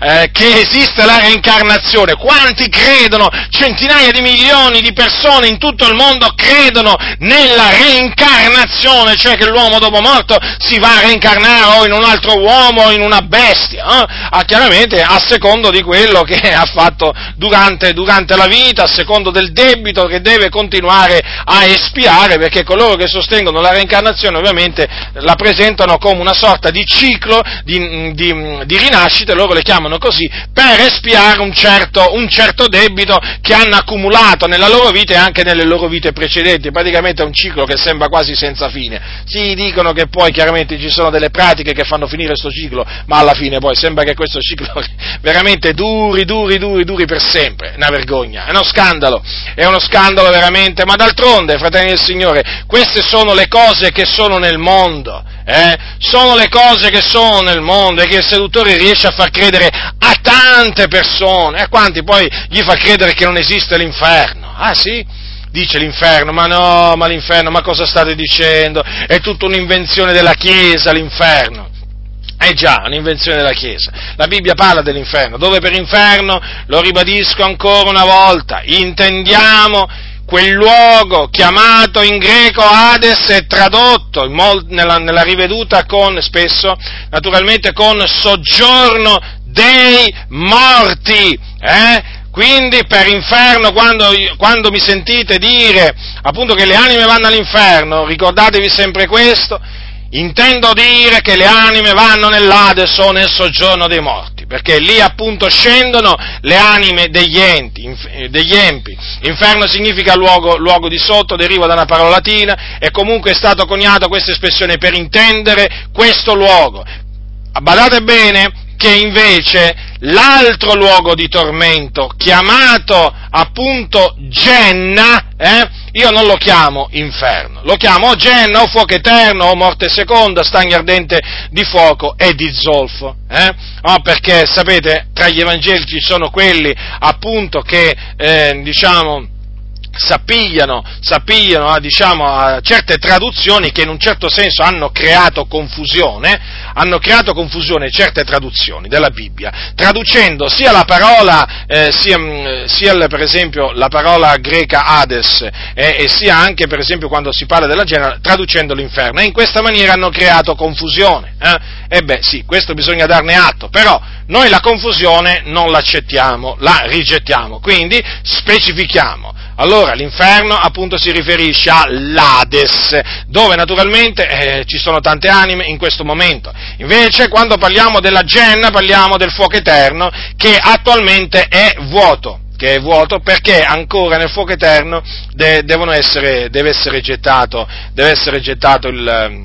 eh, che esiste la reincarnazione. Quanti credono? Centinaia di milioni di persone in tutto il mondo credono nella reincarnazione, cioè che l'uomo dopo morto si va a reincarnare o in un altro uomo o in una bestia, eh? ah, chiaramente a secondo di quello che ha fatto durante, durante la vita, a secondo del debito che deve continuare a espiare, perché coloro che sostengono la reincarnazione ovviamente la presentano come una sorta di ciclo di, di, di rinascite, loro le chiamano così, per espiare un certo, un certo debito che hanno accumulato nella loro vita e anche nelle loro vite precedenti. Praticamente è un ciclo che sembra quasi senza fine. Si dicono che poi chiaramente ci sono delle pratiche che fanno finire questo ciclo, ma alla fine poi sembra che questo ciclo veramente duri, duri, duri, duri per sempre. È una vergogna, è uno scandalo, è uno scandalo veramente, ma d'altronde, fratelli del Signore, queste sono le cose che sono nel mondo, eh? Sono le cose che sono nel mondo e che il seduttore riesce a far credere a tante persone. E a quanti poi gli fa credere che non esiste l'inferno? Ah sì? Dice l'inferno, ma no, ma l'inferno, ma cosa state dicendo? È tutta un'invenzione della Chiesa l'inferno. Eh già, un'invenzione della Chiesa. La Bibbia parla dell'inferno, dove per inferno, lo ribadisco ancora una volta, intendiamo quel luogo chiamato in greco Hades e tradotto in mol, nella, nella riveduta con, spesso, naturalmente con soggiorno dei morti, eh? Quindi per inferno, quando, quando mi sentite dire appunto che le anime vanno all'inferno, ricordatevi sempre questo, intendo dire che le anime vanno nell'Hades o nel soggiorno dei morti, perché lì appunto scendono le anime degli enti, inf- degli empi. Inferno significa luogo, luogo di sotto, deriva da una parola latina, e comunque è stato coniato questa espressione per intendere questo luogo. Badate bene che invece l'altro luogo di tormento, chiamato appunto Genna, eh, io non lo chiamo inferno, lo chiamo o Genna, o fuoco eterno, o morte seconda, stagno ardente di fuoco e di zolfo, eh? Oh, perché sapete, tra gli evangelici sono quelli appunto che, eh, diciamo, s'appigliano, s'appigliano a, diciamo, a certe traduzioni che in un certo senso hanno creato confusione, hanno creato confusione certe traduzioni della Bibbia, traducendo sia la parola, eh, sia, sia per esempio la parola greca Hades, eh, e sia anche per esempio quando si parla della Genna, traducendo l'inferno, e in questa maniera hanno creato confusione, eh? E beh sì, questo bisogna darne atto, però noi la confusione non l'accettiamo, la rigettiamo, quindi specifichiamo. Allora, l'inferno appunto si riferisce all'Hades, dove naturalmente eh, ci sono tante anime in questo momento. Invece, quando parliamo della Genna, parliamo del fuoco eterno, che attualmente è vuoto, che è vuoto perché ancora nel fuoco eterno de- devono essere, deve essere gettato, deve essere gettato il...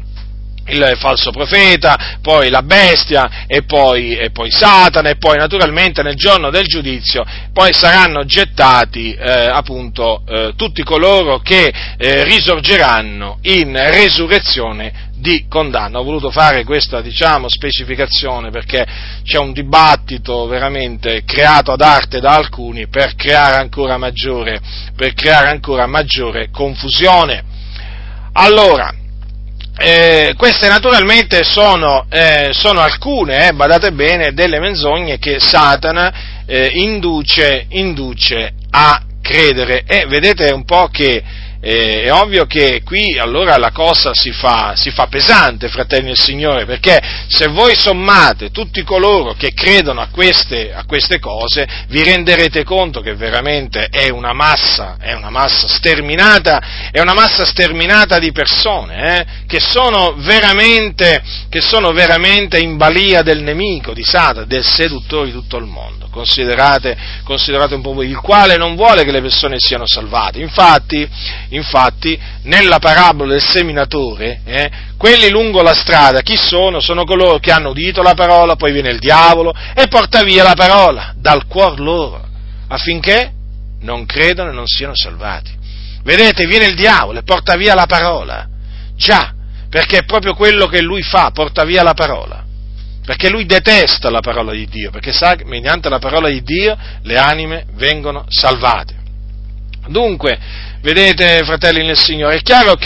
il falso profeta, poi la bestia, e poi, e poi Satana, e poi naturalmente nel giorno del giudizio poi saranno gettati eh, appunto eh, tutti coloro che eh, risorgeranno in resurrezione di condanna. Ho voluto fare questa, diciamo, specificazione perché c'è un dibattito veramente creato ad arte da alcuni per creare ancora maggiore, per creare ancora maggiore confusione. Allora, Eh, queste naturalmente sono, eh, sono alcune, eh, badate bene, delle menzogne che Satana eh, induce, induce a credere, e vedete un po' che eh, è ovvio che qui allora la cosa si fa, si fa pesante, fratelli del Signore, perché se voi sommate tutti coloro che credono a queste, a queste cose, vi renderete conto che veramente è una massa, è una massa sterminata, è una massa sterminata di persone, eh, che sono veramente, che sono veramente in balia del nemico, di Satana, del seduttore di tutto il mondo. Considerate, considerate un po' voi, il quale non vuole che le persone siano salvate. Infatti, infatti nella parabola del seminatore, eh, quelli lungo la strada, chi sono? Sono coloro che hanno udito la parola, poi viene il diavolo e porta via la parola dal cuor loro, affinché non credano e non siano salvati. Vedete, viene il diavolo e porta via la parola, già, perché è proprio quello che lui fa, porta via la parola. Perché lui detesta la parola di Dio, perché sa che mediante la parola di Dio le anime vengono salvate. Dunque, vedete, fratelli nel Signore, è chiaro che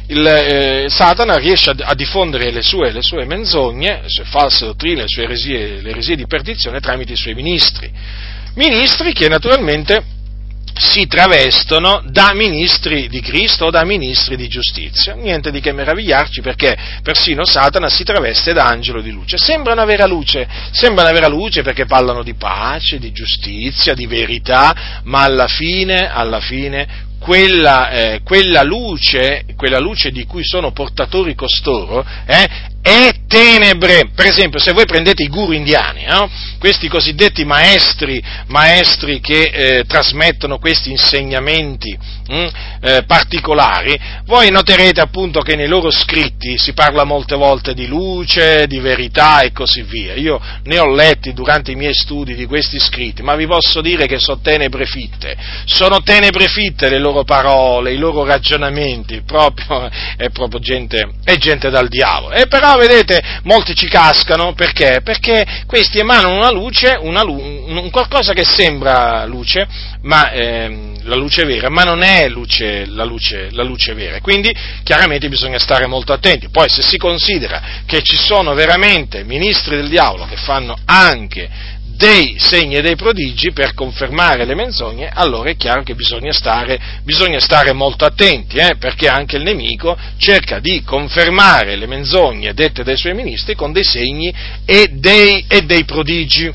il, eh, Satana riesce a, a diffondere le sue, le sue menzogne, le sue false dottrine, le sue eresie, le eresie di perdizione tramite i suoi ministri. Ministri che naturalmente si travestono da ministri di Cristo o da ministri di giustizia. Niente di che meravigliarci, perché persino Satana si traveste da angelo di luce. Sembrano avere luce, sembrano avere luce perché parlano di pace, di giustizia, di verità, ma alla fine, alla fine quella, eh, quella luce, quella luce di cui sono portatori costoro, eh, è tenebre. Per esempio, se voi prendete i guru indiani, no? Questi cosiddetti maestri, maestri che eh, trasmettono questi insegnamenti mh, eh, particolari, voi noterete appunto che nei loro scritti si parla molte volte di luce, di verità e così via. Io ne ho letti durante i miei studi di questi scritti, ma vi posso dire che sono tenebre fitte, sono tenebre fitte le loro parole, i loro ragionamenti, proprio, è proprio gente, è gente dal diavolo. E però vedete, molti ci cascano, perché? Perché questi emanano una luce, una lu- un qualcosa che sembra luce, ma ehm, la luce vera, ma non è luce, la luce, la luce vera. Quindi chiaramente bisogna stare molto attenti. Poi se si considera che ci sono veramente ministri del diavolo che fanno anche dei segni e dei prodigi per confermare le menzogne, allora è chiaro che bisogna stare, bisogna stare molto attenti, eh, perché anche il nemico cerca di confermare le menzogne dette dai suoi ministri con dei segni e dei, e dei prodigi.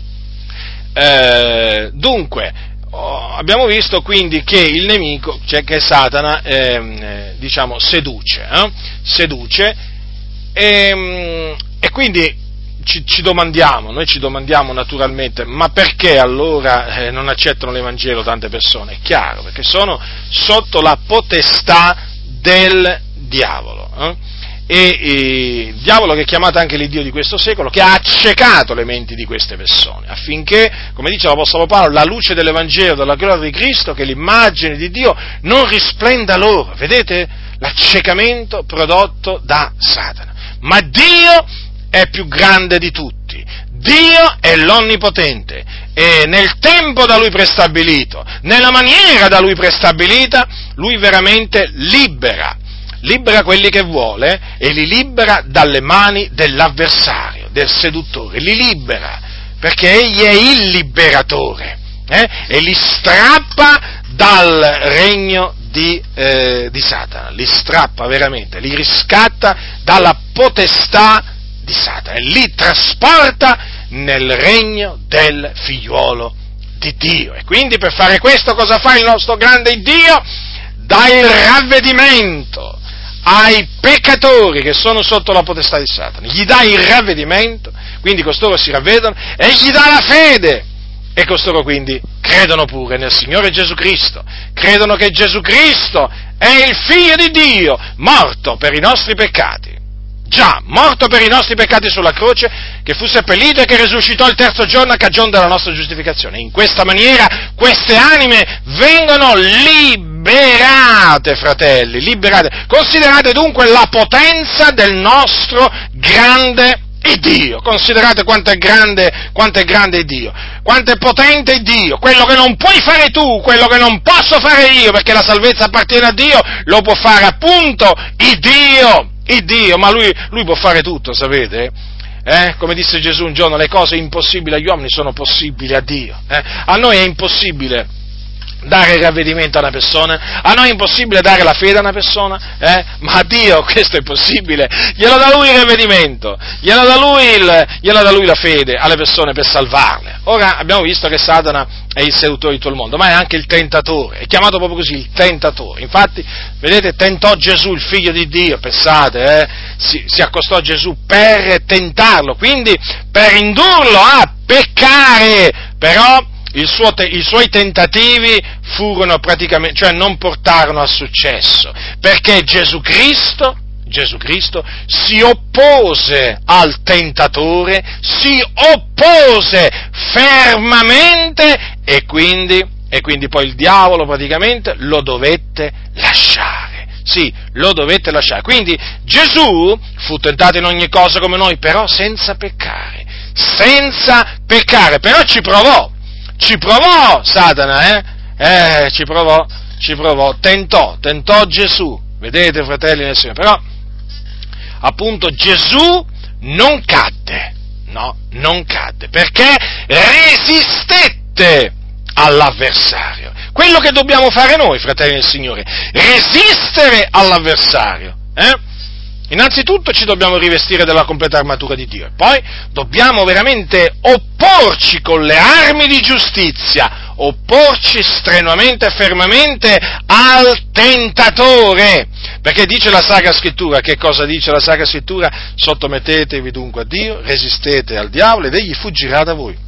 Eh, dunque, oh, abbiamo visto quindi che il nemico, cioè che Satana, eh, diciamo, seduce, eh, seduce, e, e quindi Ci, ci domandiamo, noi ci domandiamo naturalmente, ma perché allora eh, non accettano l'Evangelo tante persone? È chiaro, perché sono sotto la potestà del diavolo, eh? e, e il diavolo, che è chiamato anche l'Iddio di questo secolo, che ha accecato le menti di queste persone, affinché, come dice l'Apostolo Paolo, la luce dell'Evangelo, della gloria di Cristo, che l'immagine di Dio non risplenda loro. Vedete? L'accecamento prodotto da Satana. Ma Dio è più grande di tutti, Dio è l'Onnipotente, e nel tempo da Lui prestabilito, nella maniera da Lui prestabilita, Lui veramente libera, libera quelli che vuole e li libera dalle mani dell'avversario, del seduttore, li libera, perché Egli è il liberatore, eh? e li strappa dal regno Di, eh, di Satana, li strappa veramente, li riscatta dalla potestà di Satana e li trasporta nel regno del figliuolo di Dio. E quindi per fare questo cosa fa il nostro grande Dio? Dà il ravvedimento ai peccatori che sono sotto la potestà di Satana, gli dà il ravvedimento, quindi costoro si ravvedono, e gli dà la fede, e costoro quindi credono pure nel Signore Gesù Cristo, credono che Gesù Cristo è il Figlio di Dio, morto per i nostri peccati. Già, morto per i nostri peccati sulla croce, che fu seppellito e che risuscitò il terzo giorno a cagione della nostra giustificazione. In questa maniera queste anime vengono liberate, fratelli, liberate. Considerate dunque la potenza del nostro grande Dio. Considerate quanto è grande, quanto è grande Dio, quanto è potente Dio, quello che non puoi fare tu, quello che non posso fare io, perché la salvezza appartiene a Dio, lo può fare appunto il Dio. Il Dio, ma lui, lui può fare tutto, sapete? Eh? Come disse Gesù un giorno, le cose impossibili agli uomini sono possibili a Dio. Eh? A noi è impossibile dare il ravvedimento a una persona, a noi è impossibile dare la fede a una persona, eh? ma a Dio questo è possibile, glielo dà Lui il ravvedimento, glielo dà Lui, il, glielo dà Lui la fede alle persone per salvarle. Ora abbiamo visto che Satana è il seduttore di tutto il mondo, ma è anche il tentatore, è chiamato proprio così, il tentatore. Infatti, vedete, tentò Gesù, il figlio di Dio, pensate, eh? si, si accostò a Gesù per tentarlo, quindi per indurlo a peccare, però Il suo te, i suoi tentativi furono praticamente, cioè non portarono a successo, perché Gesù Cristo, Gesù Cristo si oppose al tentatore, si oppose fermamente e quindi, e quindi poi il diavolo praticamente lo dovette lasciare. Sì, lo dovette lasciare. Quindi Gesù fu tentato in ogni cosa come noi, però senza peccare, senza peccare, però ci provò. Ci provò Satana, eh? Eh, ci provò, ci provò, tentò, tentò Gesù, Vedete, fratelli nel Signore? Però, appunto, Gesù non cadde, no, non cadde, perché resistette all'avversario. Quello che dobbiamo fare noi, fratelli del Signore, resistere all'avversario, eh? Innanzitutto ci dobbiamo rivestire della completa armatura di Dio e poi dobbiamo veramente opporci con le armi di giustizia, opporci strenuamente e fermamente al tentatore, perché dice la Sacra Scrittura, che cosa dice la Sacra Scrittura? Sottomettetevi dunque a Dio, resistete al diavolo ed egli fuggirà da voi.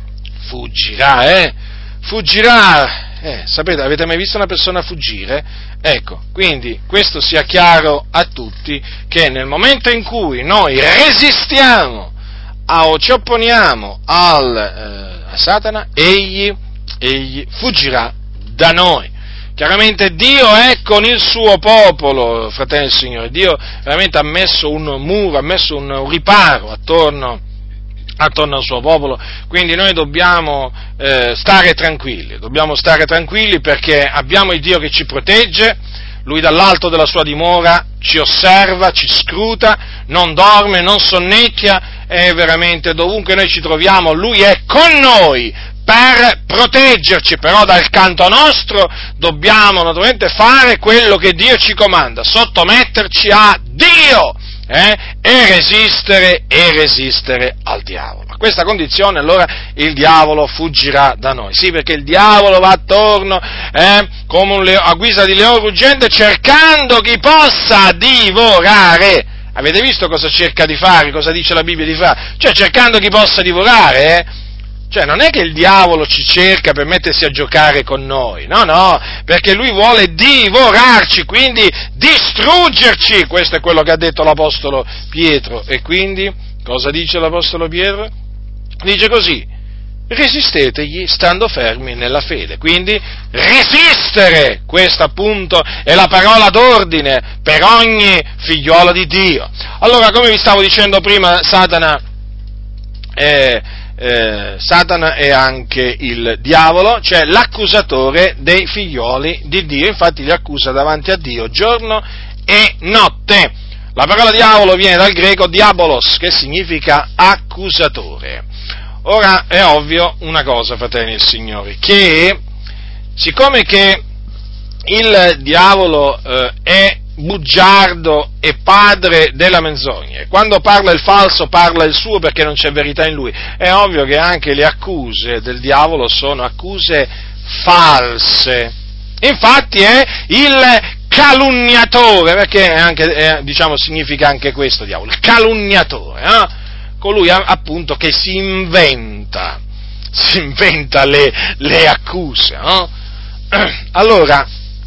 Fuggirà, eh? Fuggirà. Eh, sapete, avete mai visto una persona fuggire? Ecco, quindi questo sia chiaro a tutti, che nel momento in cui noi resistiamo a, o ci opponiamo al, eh, a Satana, egli, egli fuggirà da noi. Chiaramente Dio è con il suo popolo, fratelli del Signore. Dio veramente ha messo un muro, ha messo un riparo attorno attorno al suo popolo, quindi noi dobbiamo eh, stare tranquilli, dobbiamo stare tranquilli perché abbiamo il Dio che ci protegge, Lui dall'alto della sua dimora ci osserva, ci scruta, non dorme, non sonnecchia, è veramente dovunque noi ci troviamo, Lui è con noi per proteggerci, però dal canto nostro dobbiamo naturalmente fare quello che Dio ci comanda, sottometterci a Dio, Eh, e resistere e resistere al diavolo. A questa condizione allora il diavolo fuggirà da noi. Sì, perché il diavolo va attorno eh, come un leo, a guisa di leone ruggente, cercando chi possa divorare. Avete visto cosa cerca di fare? Cosa dice la Bibbia di fare? Cioè cercando chi possa divorare, eh? Cioè non è che il diavolo ci cerca per mettersi a giocare con noi, no, no, perché lui vuole divorarci, quindi distruggerci, questo è quello che ha detto l'Apostolo Pietro, e quindi cosa dice l'Apostolo Pietro? Dice così, resistetegli stando fermi nella fede, quindi resistere, questa appunto è la parola d'ordine per ogni figliolo di Dio. Allora, come vi stavo dicendo prima, Satana è... Eh, Satana è anche il diavolo, cioè l'accusatore dei figlioli di Dio, infatti li accusa davanti a Dio giorno e notte. La parola diavolo viene dal greco diabolos, che significa accusatore. Ora è ovvio una cosa, fratelli del Signore, che siccome che il diavolo eh, è bugiardo e padre della menzogna, e quando parla il falso parla il suo perché non c'è verità in lui, è ovvio che anche le accuse del diavolo sono accuse false. Infatti è il calunniatore, perché è anche, è, diciamo, significa anche questo diavolo, il calunniatore, eh? Colui appunto che si inventa, si inventa le, le accuse, no? Allora,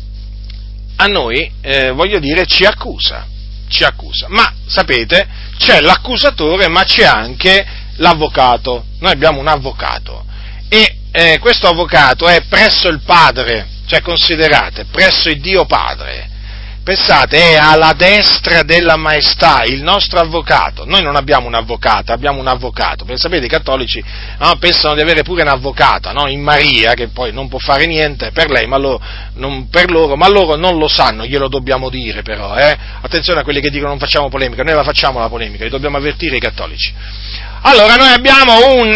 a noi, eh, voglio dire, ci accusa, ci accusa, ma sapete, c'è l'accusatore, ma c'è anche l'avvocato. Noi abbiamo un avvocato e eh, questo avvocato è presso il Padre, cioè considerate, presso il Dio Padre. Pensate, è alla destra della maestà, il nostro avvocato. Noi non abbiamo un avvocato, abbiamo un avvocato. Sapete, i cattolici no, pensano di avere pure un'avvocata, no? In Maria, che poi non può fare niente per lei, ma loro, non, per loro, ma loro non lo sanno, glielo dobbiamo dire però. Eh? Attenzione a quelli che dicono non facciamo polemica, noi la facciamo la polemica, li dobbiamo avvertire i cattolici. Allora, noi abbiamo un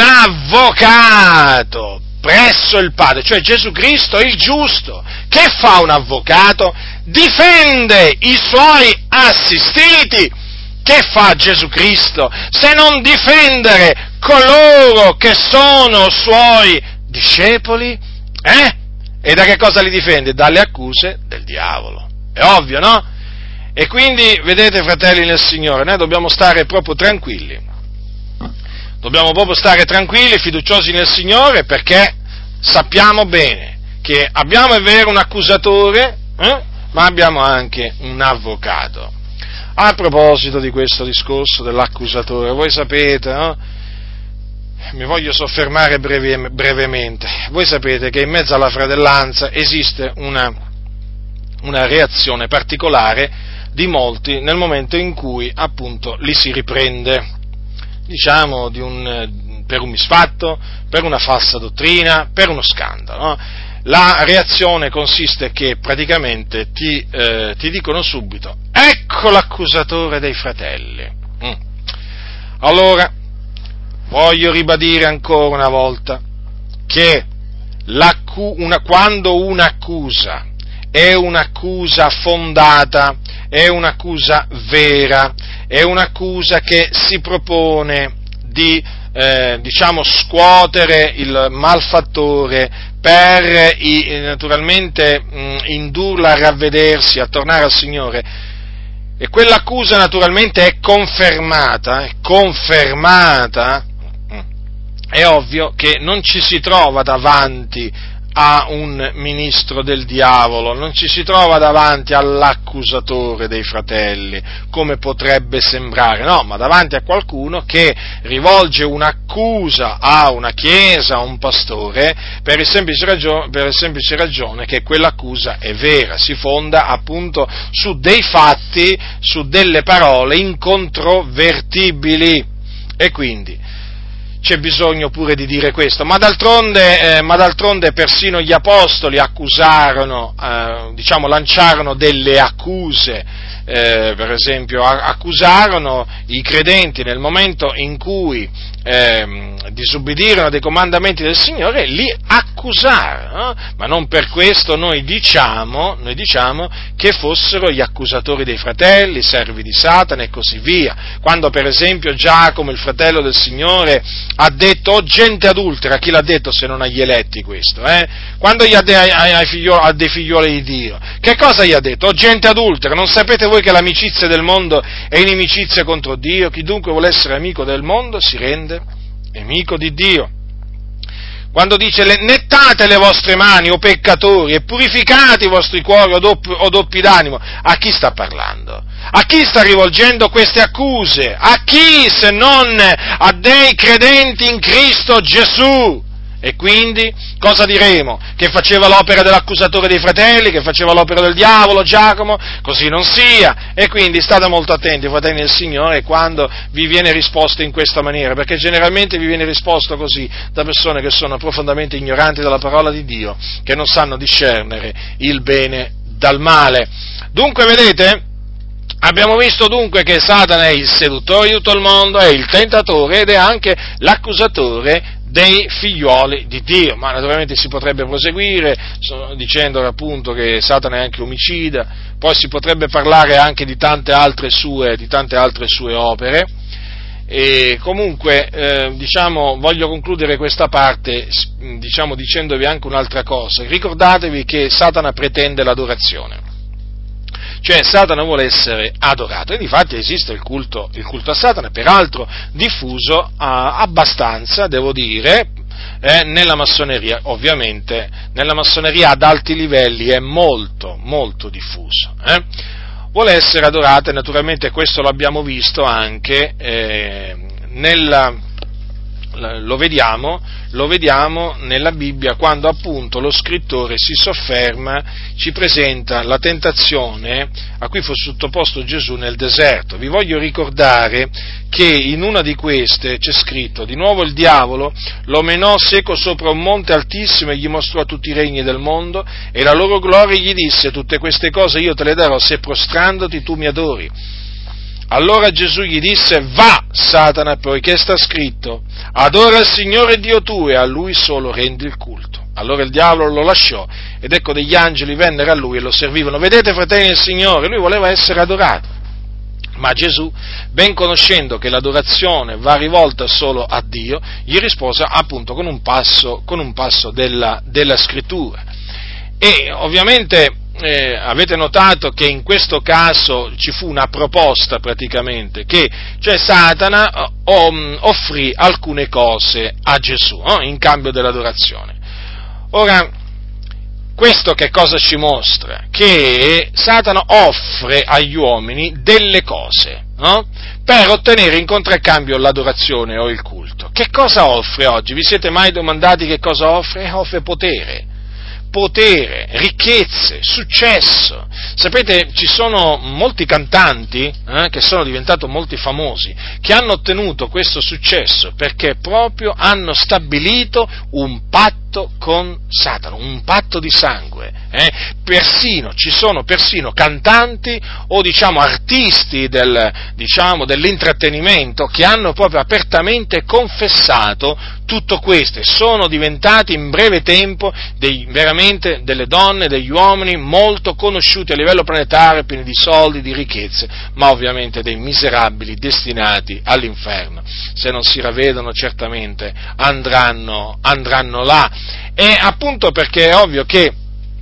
avvocato presso il Padre, cioè Gesù Cristo, il giusto. Che fa un avvocato? Difende i suoi assistiti. Che fa Gesù Cristo se non difendere coloro che sono suoi discepoli? Eh? E da che cosa li difende? Dalle accuse del diavolo. È ovvio, no? E quindi, vedete, fratelli nel Signore, noi dobbiamo stare proprio tranquilli. Dobbiamo proprio stare tranquilli, fiduciosi nel Signore, perché sappiamo bene che abbiamo, è vero, un accusatore, eh? Ma abbiamo anche un avvocato. A proposito di questo discorso dell'accusatore, voi sapete, no? Mi voglio soffermare brevi, brevemente. Voi sapete che in mezzo alla fratellanza esiste una, una reazione particolare di molti nel momento in cui appunto li si riprende, diciamo, di un, per un misfatto, per una falsa dottrina, per uno scandalo, no? la reazione consiste che praticamente ti, eh, ti dicono subito: ecco l'accusatore dei fratelli. Mm. Allora, voglio ribadire ancora una volta che una, quando un'accusa è un'accusa fondata, è un'accusa vera, è un'accusa che si propone di, eh, diciamo, scuotere il malfattore per i, naturalmente mh, indurla a ravvedersi, a tornare al Signore, e quell'accusa naturalmente è confermata, è confermata, è ovvio che non ci si trova davanti a un ministro del diavolo, non ci si trova davanti all'accusatore dei fratelli, come potrebbe sembrare, no, ma davanti a qualcuno che rivolge un'accusa a una chiesa, a un pastore, per il semplice ragione, per il semplice ragione che quell'accusa è vera, si fonda appunto su dei fatti, su delle parole incontrovertibili, e quindi c'è bisogno pure di dire questo, ma d'altronde, eh, ma d'altronde persino gli apostoli accusarono, eh, diciamo, lanciarono delle accuse, eh, per esempio accusarono i credenti nel momento in cui eh, disubbidirono dei comandamenti del Signore, li accusarono, eh? Ma non per questo noi diciamo, noi diciamo che fossero gli accusatori dei fratelli, servi di Satana e così via. Quando per esempio Giacomo, il fratello del Signore, ha detto: o gente adultera, chi l'ha detto se non agli eletti questo, eh? Quando gli ha, de- ai, ai figlio- a dei figlioli di Dio, che cosa gli ha detto? O gente adultera, non sapete voi che l'amicizia del mondo è inimicizia contro Dio? Chi dunque vuole essere amico del mondo si rende nemico di Dio. Quando dice: nettate le vostre mani, o peccatori, e purificate i vostri cuori, o doppi, o doppi d'animo, a chi sta parlando? A chi sta rivolgendo queste accuse? A chi, se non a dei credenti in Cristo Gesù? E quindi cosa diremo? Che faceva l'opera dell'accusatore dei fratelli, che faceva l'opera del diavolo, Giacomo? Così non sia. E quindi state molto attenti, fratelli del Signore, quando vi viene risposto in questa maniera, perché generalmente vi viene risposto così da persone che sono profondamente ignoranti della parola di Dio, che non sanno discernere il bene dal male. Dunque, vedete? Abbiamo visto dunque che Satana è il seduttore di tutto il mondo, è il tentatore ed è anche l'accusatore dei figliuoli di Dio, ma naturalmente si potrebbe proseguire dicendo appunto che Satana è anche omicida, poi si potrebbe parlare anche di tante altre sue, di tante altre sue opere, e comunque eh, diciamo, voglio concludere questa parte diciamo, dicendovi anche un'altra cosa. Ricordatevi che Satana pretende l'adorazione. Cioè Satana vuole essere adorato, e difatti esiste il culto, il culto a Satana, peraltro diffuso eh, abbastanza, devo dire, eh, nella massoneria. Ovviamente nella massoneria ad alti livelli è molto, molto diffuso. Eh? Vuole essere adorato, e naturalmente questo l'abbiamo visto anche eh, nella... Lo vediamo, lo vediamo nella Bibbia, quando appunto lo scrittore si sofferma, ci presenta la tentazione a cui fu sottoposto Gesù nel deserto. Vi voglio ricordare che in una di queste c'è scritto: di nuovo il diavolo lo menò seco sopra un monte altissimo e gli mostrò tutti i regni del mondo e la loro gloria, e gli disse: tutte queste cose io te le darò se prostrandoti tu mi adori. Allora Gesù gli disse: va, Satana, poiché sta scritto: adora il Signore Dio tuo e a Lui solo rendi il culto. Allora il diavolo lo lasciò, ed ecco degli angeli vennero a lui e lo servivano. Vedete, fratelli del Signore, lui voleva essere adorato, ma Gesù, ben conoscendo che l'adorazione va rivolta solo a Dio, gli rispose appunto con un passo, con un passo della, della Scrittura. E ovviamente Eh, avete notato che in questo caso ci fu una proposta praticamente, che cioè Satana oh, offrì alcune cose a Gesù oh, in cambio dell'adorazione. Ora, questo che cosa ci mostra? Che Satana offre agli uomini delle cose no? per ottenere in contraccambio l'adorazione o il culto. Che cosa offre oggi? Vi siete mai domandati che cosa offre? Eh, offre potere. Potere, ricchezze, successo. Sapete, ci sono molti cantanti eh, che sono diventati molti famosi, che hanno ottenuto questo successo perché proprio hanno stabilito un patto patto con Satana, un patto di sangue. Eh? Persino, ci sono persino cantanti o diciamo artisti del, diciamo, dell'intrattenimento che hanno proprio apertamente confessato tutto questo e sono diventati in breve tempo dei, veramente delle donne, degli uomini molto conosciuti a livello planetario, pieni di soldi, di ricchezze, ma ovviamente dei miserabili destinati all'inferno. Se non si ravvedono certamente andranno, andranno là. E appunto perché è ovvio che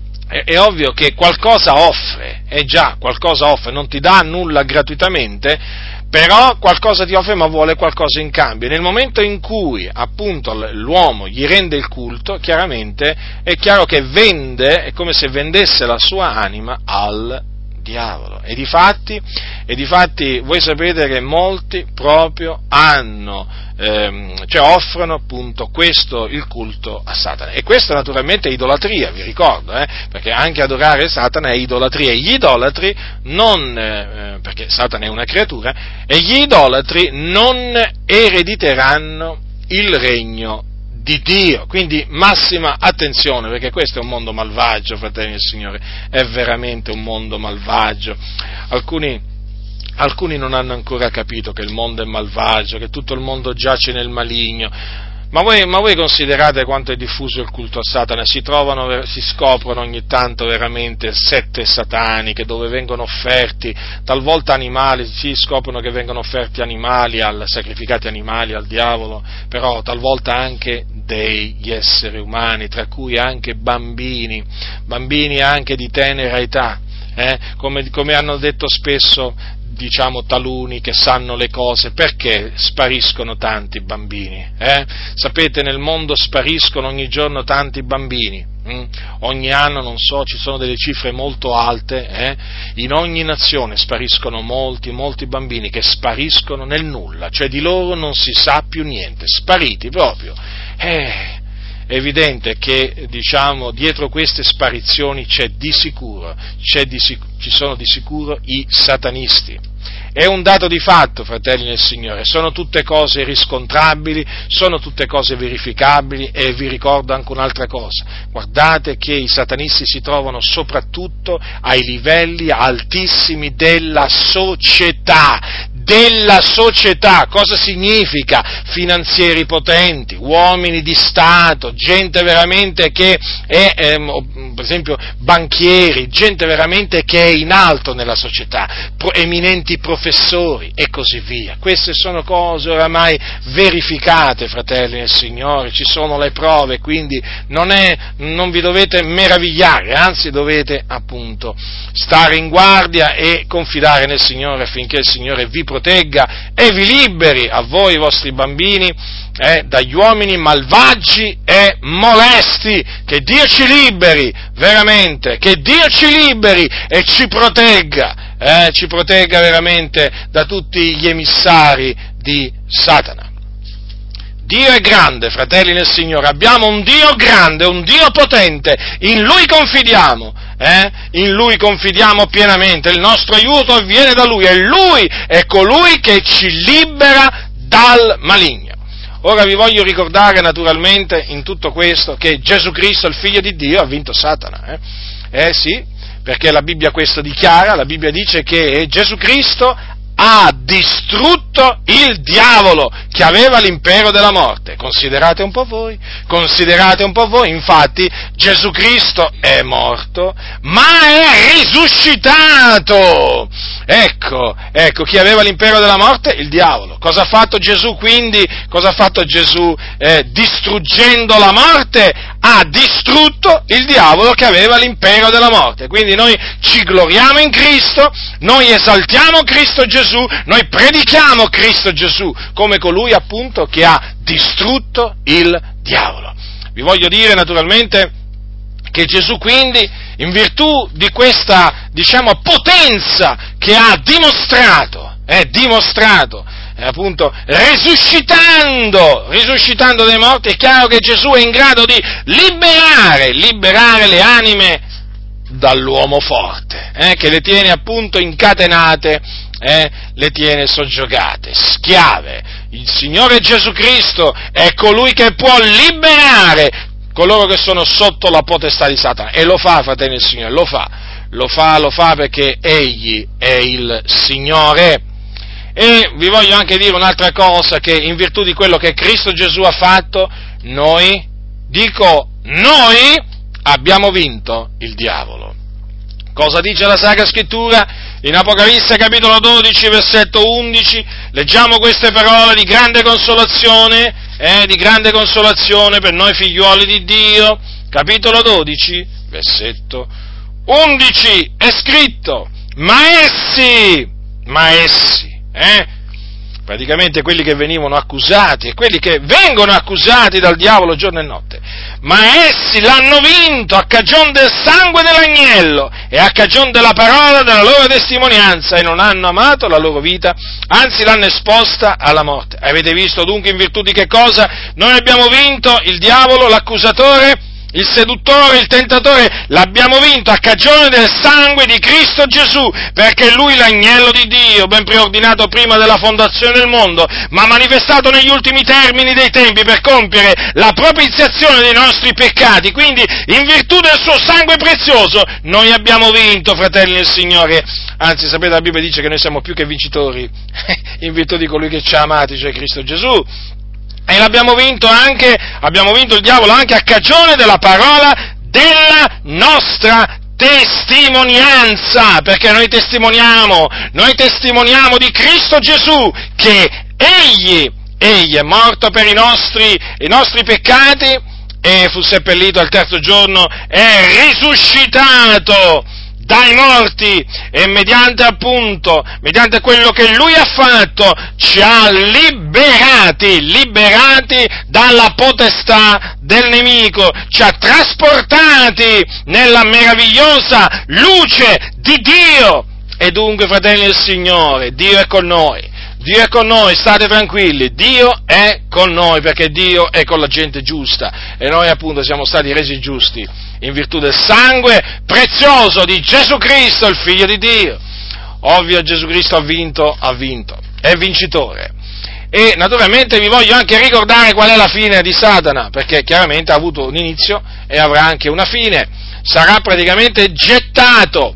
È ovvio che qualcosa offre, è già, qualcosa offre, non ti dà nulla gratuitamente, però qualcosa ti offre ma vuole qualcosa in cambio. Nel momento in cui appunto l'uomo gli rende il culto, chiaramente è chiaro che vende, è come se vendesse la sua anima al diavolo. E difatti, e difatti voi sapete che molti proprio hanno, ehm, cioè offrono appunto questo, il culto a Satana. E questa naturalmente è idolatria, vi ricordo, eh, perché anche adorare Satana è idolatria. E gli idolatri non, eh, perché Satana è una creatura, e gli idolatri non erediteranno il regno di Dio, quindi massima attenzione, perché questo è un mondo malvagio, fratelli del Signore, è veramente un mondo malvagio. Alcuni, alcuni non hanno ancora capito che il mondo è malvagio, che tutto il mondo giace nel maligno. Ma voi, ma voi considerate quanto è diffuso il culto a Satana? Si trovano, si scoprono ogni tanto veramente sette sataniche dove vengono offerti, talvolta animali, si scoprono che vengono offerti animali, al, sacrificati animali al diavolo, però talvolta anche degli esseri umani, tra cui anche bambini, bambini anche di tenera età, eh? come, come hanno detto spesso, diciamo, taluni che sanno le cose. Perché spariscono tanti bambini? Eh? Sapete, nel mondo spariscono ogni giorno tanti bambini, hm? Ogni anno, non so, ci sono delle cifre molto alte, eh? In ogni nazione spariscono molti, molti bambini che spariscono nel nulla, cioè di loro non si sa più niente, spariti proprio. Eh... È evidente che, diciamo, dietro queste sparizioni c'è di sicuro, c'è di sic- ci sono di sicuro i satanisti. È un dato di fatto, fratelli nel Signore, sono tutte cose riscontrabili, sono tutte cose verificabili, e vi ricordo anche un'altra cosa: guardate che i satanisti si trovano soprattutto ai livelli altissimi della società, della società. Cosa significa? Finanzieri potenti, uomini di Stato, gente veramente che è, ehm, per esempio, banchieri, gente veramente che è in alto nella società, pro, eminenti professori e così via. Queste sono cose oramai verificate, fratelli nel Signore, ci sono le prove, quindi non è, non vi dovete meravigliare, anzi dovete appunto stare in guardia e confidare nel Signore affinché il Signore vi protegga e vi liberi, a voi, i vostri bambini, eh, dagli uomini malvagi e molesti. Che Dio ci liberi, veramente, che Dio ci liberi e ci protegga, eh, ci protegga veramente da tutti gli emissari di Satana. Dio è grande, fratelli nel Signore, abbiamo un Dio grande, un Dio potente, in Lui confidiamo, eh? in Lui confidiamo pienamente, il nostro aiuto viene da Lui, e Lui è colui che ci libera dal maligno. Ora vi voglio ricordare naturalmente in tutto questo che Gesù Cristo, il Figlio di Dio, ha vinto Satana, eh, eh sì, perché la Bibbia questo dichiara, la Bibbia dice che Gesù Cristo ha distrutto il diavolo che aveva l'impero della morte. Considerate un po' voi, considerate un po' voi, infatti Gesù Cristo è morto, ma è risuscitato. Ecco, ecco, chi aveva l'impero della morte? Il diavolo. Cosa ha fatto Gesù quindi? Cosa ha fatto Gesù eh, distruggendo la morte? Ha distrutto il diavolo che aveva l'impero della morte. Quindi noi ci gloriamo in Cristo, noi esaltiamo Cristo Gesù, noi predichiamo Cristo Gesù come colui appunto che ha distrutto il diavolo. Vi voglio dire naturalmente che Gesù quindi, in virtù di questa, diciamo, potenza che ha dimostrato, è eh, dimostrato, eh, appunto, risuscitando, risuscitando dai morti, è chiaro che Gesù è in grado di liberare, liberare le anime dall'uomo forte, eh, che le tiene appunto incatenate, eh, le tiene soggiogate, schiave. Il Signore Gesù Cristo è colui che può liberare coloro che sono sotto la potestà di Satana. E lo fa, fratelli del Signore, lo fa, lo fa, lo fa perché Egli è il Signore. E vi voglio anche dire un'altra cosa, che in virtù di quello che Cristo Gesù ha fatto, noi, dico, noi abbiamo vinto il diavolo. Cosa dice la Sacra Scrittura? In Apocalisse capitolo dodici, versetto undici, leggiamo queste parole di grande consolazione, eh, di grande consolazione per noi figliuoli di Dio. Capitolo dodici, versetto undici, è scritto: ma essi, ma essi, eh, praticamente quelli che venivano accusati e quelli che vengono accusati dal diavolo giorno e notte, ma essi l'hanno vinto a cagion del sangue dell'agnello e a cagion della parola della loro testimonianza, e non hanno amato la loro vita, anzi l'hanno esposta alla morte. Avete visto dunque in virtù di che cosa noi abbiamo vinto il diavolo, l'accusatore, il seduttore, il tentatore? L'abbiamo vinto a cagione del sangue di Cristo Gesù, perché Lui l'agnello di Dio, ben preordinato prima della fondazione del mondo, ma manifestato negli ultimi termini dei tempi per compiere la propiziazione dei nostri peccati. Quindi, in virtù del suo sangue prezioso, noi abbiamo vinto, fratelli del Signore. Anzi, sapete, la Bibbia dice che noi siamo più che vincitori, in virtù di colui che ci ha amati, cioè Cristo Gesù. E l'abbiamo vinto anche, abbiamo vinto il diavolo anche a cagione della parola della nostra testimonianza, perché noi testimoniamo, noi testimoniamo di Cristo Gesù, che Egli, Egli è morto per i nostri, i nostri peccati, e fu seppellito al terzo giorno, è risuscitato dai morti, e mediante appunto, mediante quello che Lui ha fatto, ci ha liberati, liberati dalla potestà del nemico, ci ha trasportati nella meravigliosa luce di Dio. E dunque, fratelli del Signore, Dio è con noi, Dio è con noi, state tranquilli, Dio è con noi, perché Dio è con la gente giusta, e noi appunto siamo stati resi giusti in virtù del sangue prezioso di Gesù Cristo, il Figlio di Dio. Ovvio, Gesù Cristo ha vinto, ha vinto, è vincitore. E naturalmente vi voglio anche ricordare qual è la fine di Satana, perché chiaramente ha avuto un inizio e avrà anche una fine. Sarà praticamente gettato,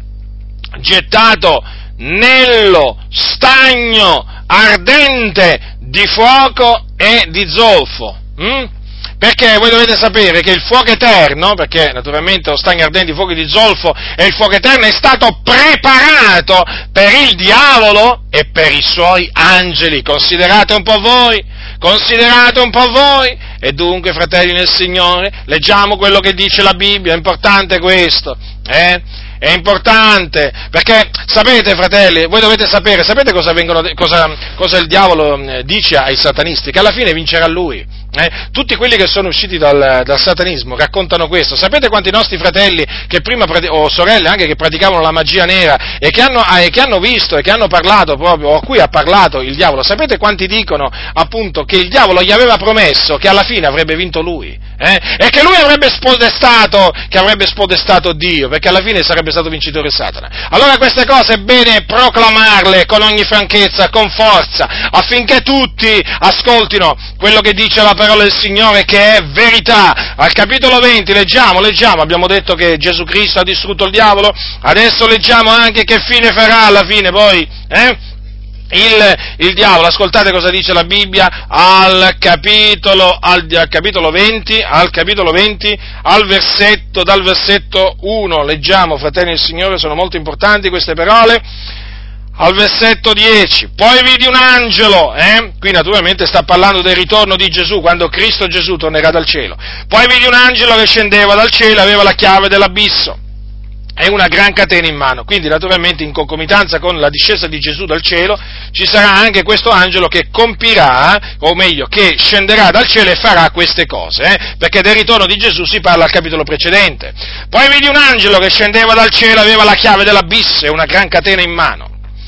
gettato nello stagno ardente di fuoco e di zolfo. Hm? Perché voi dovete sapere che il fuoco eterno, perché naturalmente lo stagno ardente di fuoco e di zolfo e il fuoco eterno è stato preparato per il diavolo e per i suoi angeli. Considerate un po' voi, considerate un po' voi. E dunque, fratelli nel Signore, leggiamo quello che dice la Bibbia, è importante questo, eh? È importante, perché sapete, fratelli, voi dovete sapere, sapete cosa, vengono, cosa, cosa il diavolo dice ai satanisti? Che alla fine vincerà lui. Eh? Tutti quelli che sono usciti dal, dal satanismo raccontano questo. Sapete quanti nostri fratelli che prima, o sorelle anche, che praticavano la magia nera e che hanno, eh, che hanno visto e che hanno parlato proprio, o a cui ha parlato il diavolo, sapete quanti dicono appunto che il diavolo gli aveva promesso che alla fine avrebbe vinto lui, eh? E che lui avrebbe spodestato, che avrebbe spodestato Dio, perché alla fine sarebbe stato vincitore Satana. Allora queste cose è bene proclamarle con ogni franchezza, con forza, affinché tutti ascoltino quello che dice la parola del Signore, che è verità. Al capitolo venti leggiamo, leggiamo, abbiamo detto che Gesù Cristo ha distrutto il diavolo, adesso leggiamo anche che fine farà alla fine poi, eh? Il, il diavolo. Ascoltate cosa dice la Bibbia al capitolo, al, al capitolo venti, al capitolo venti, al versetto, dal versetto uno, leggiamo, fratelli del Signore, sono molto importanti queste parole, al versetto dieci, poi vidi un angelo, eh? Qui naturalmente sta parlando del ritorno di Gesù, quando Cristo Gesù tornerà dal cielo, poi vidi un angelo che scendeva dal cielo, aveva la chiave dell'abisso e una gran catena in mano. Quindi naturalmente in concomitanza con la discesa di Gesù dal cielo ci sarà anche questo angelo che compirà, o meglio che scenderà dal cielo e farà queste cose, eh? Perché del ritorno di Gesù si parla al capitolo precedente. Poi vidi un angelo che scendeva dal cielo, aveva la chiave dell'abisso e una gran catena in mano.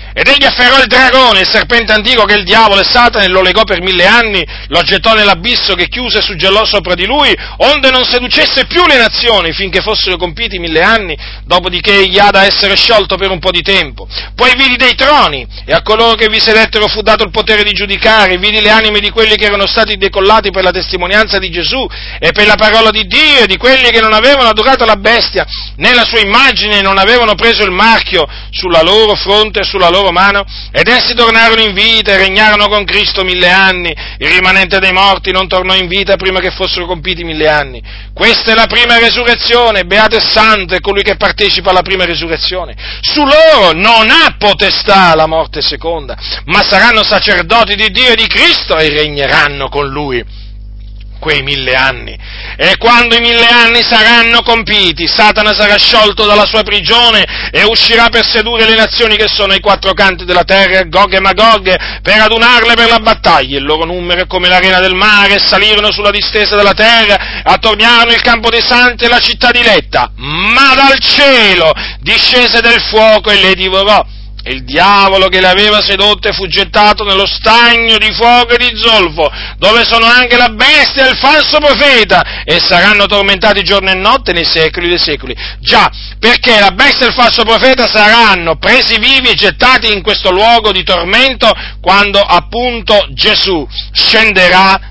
Ed egli afferrò il dragone, il serpente antico che è il diavolo e Satana, e lo legò per mille anni, lo gettò nell'abisso che chiuse e suggellò sopra di lui, onde non seducesse più le nazioni, finché fossero compiti mille anni, dopodiché egli ha da essere sciolto per un po' di tempo. Poi vidi dei troni, e a coloro che vi sedettero fu dato il potere di giudicare, vidi le anime di quelli che erano stati decollati per la testimonianza di Gesù, e per la parola di Dio, e di quelli che non avevano adorato la bestia, né la sua immagine, e non avevano preso il marchio sulla loro fronte e sulla loro mano, ed essi tornarono in vita e regnarono con Cristo mille anni. Il rimanente dei morti non tornò in vita prima che fossero compiti mille anni. Questa è la prima resurrezione, beato e santo è colui che partecipa alla prima resurrezione. Su loro non ha potestà la morte seconda, ma saranno sacerdoti di Dio e di Cristo e regneranno con lui quei mille anni. E quando i mille anni saranno compiti, Satana sarà sciolto dalla sua prigione e uscirà per sedurre le nazioni che sono ai quattro canti della terra, Gog e Magog, per adunarle per la battaglia. Il loro numero è come l'arena del mare, e salirono sulla distesa della terra, attorniarono il campo dei santi e la città diletta. Ma dal cielo discese del fuoco e le divorò. E il diavolo che le aveva sedotte fu gettato nello stagno di fuoco e di zolfo, dove sono anche la bestia e il falso profeta, e saranno tormentati giorno e notte nei secoli dei secoli. Già, perché la bestia e il falso profeta saranno presi vivi e gettati in questo luogo di tormento, quando appunto Gesù scenderà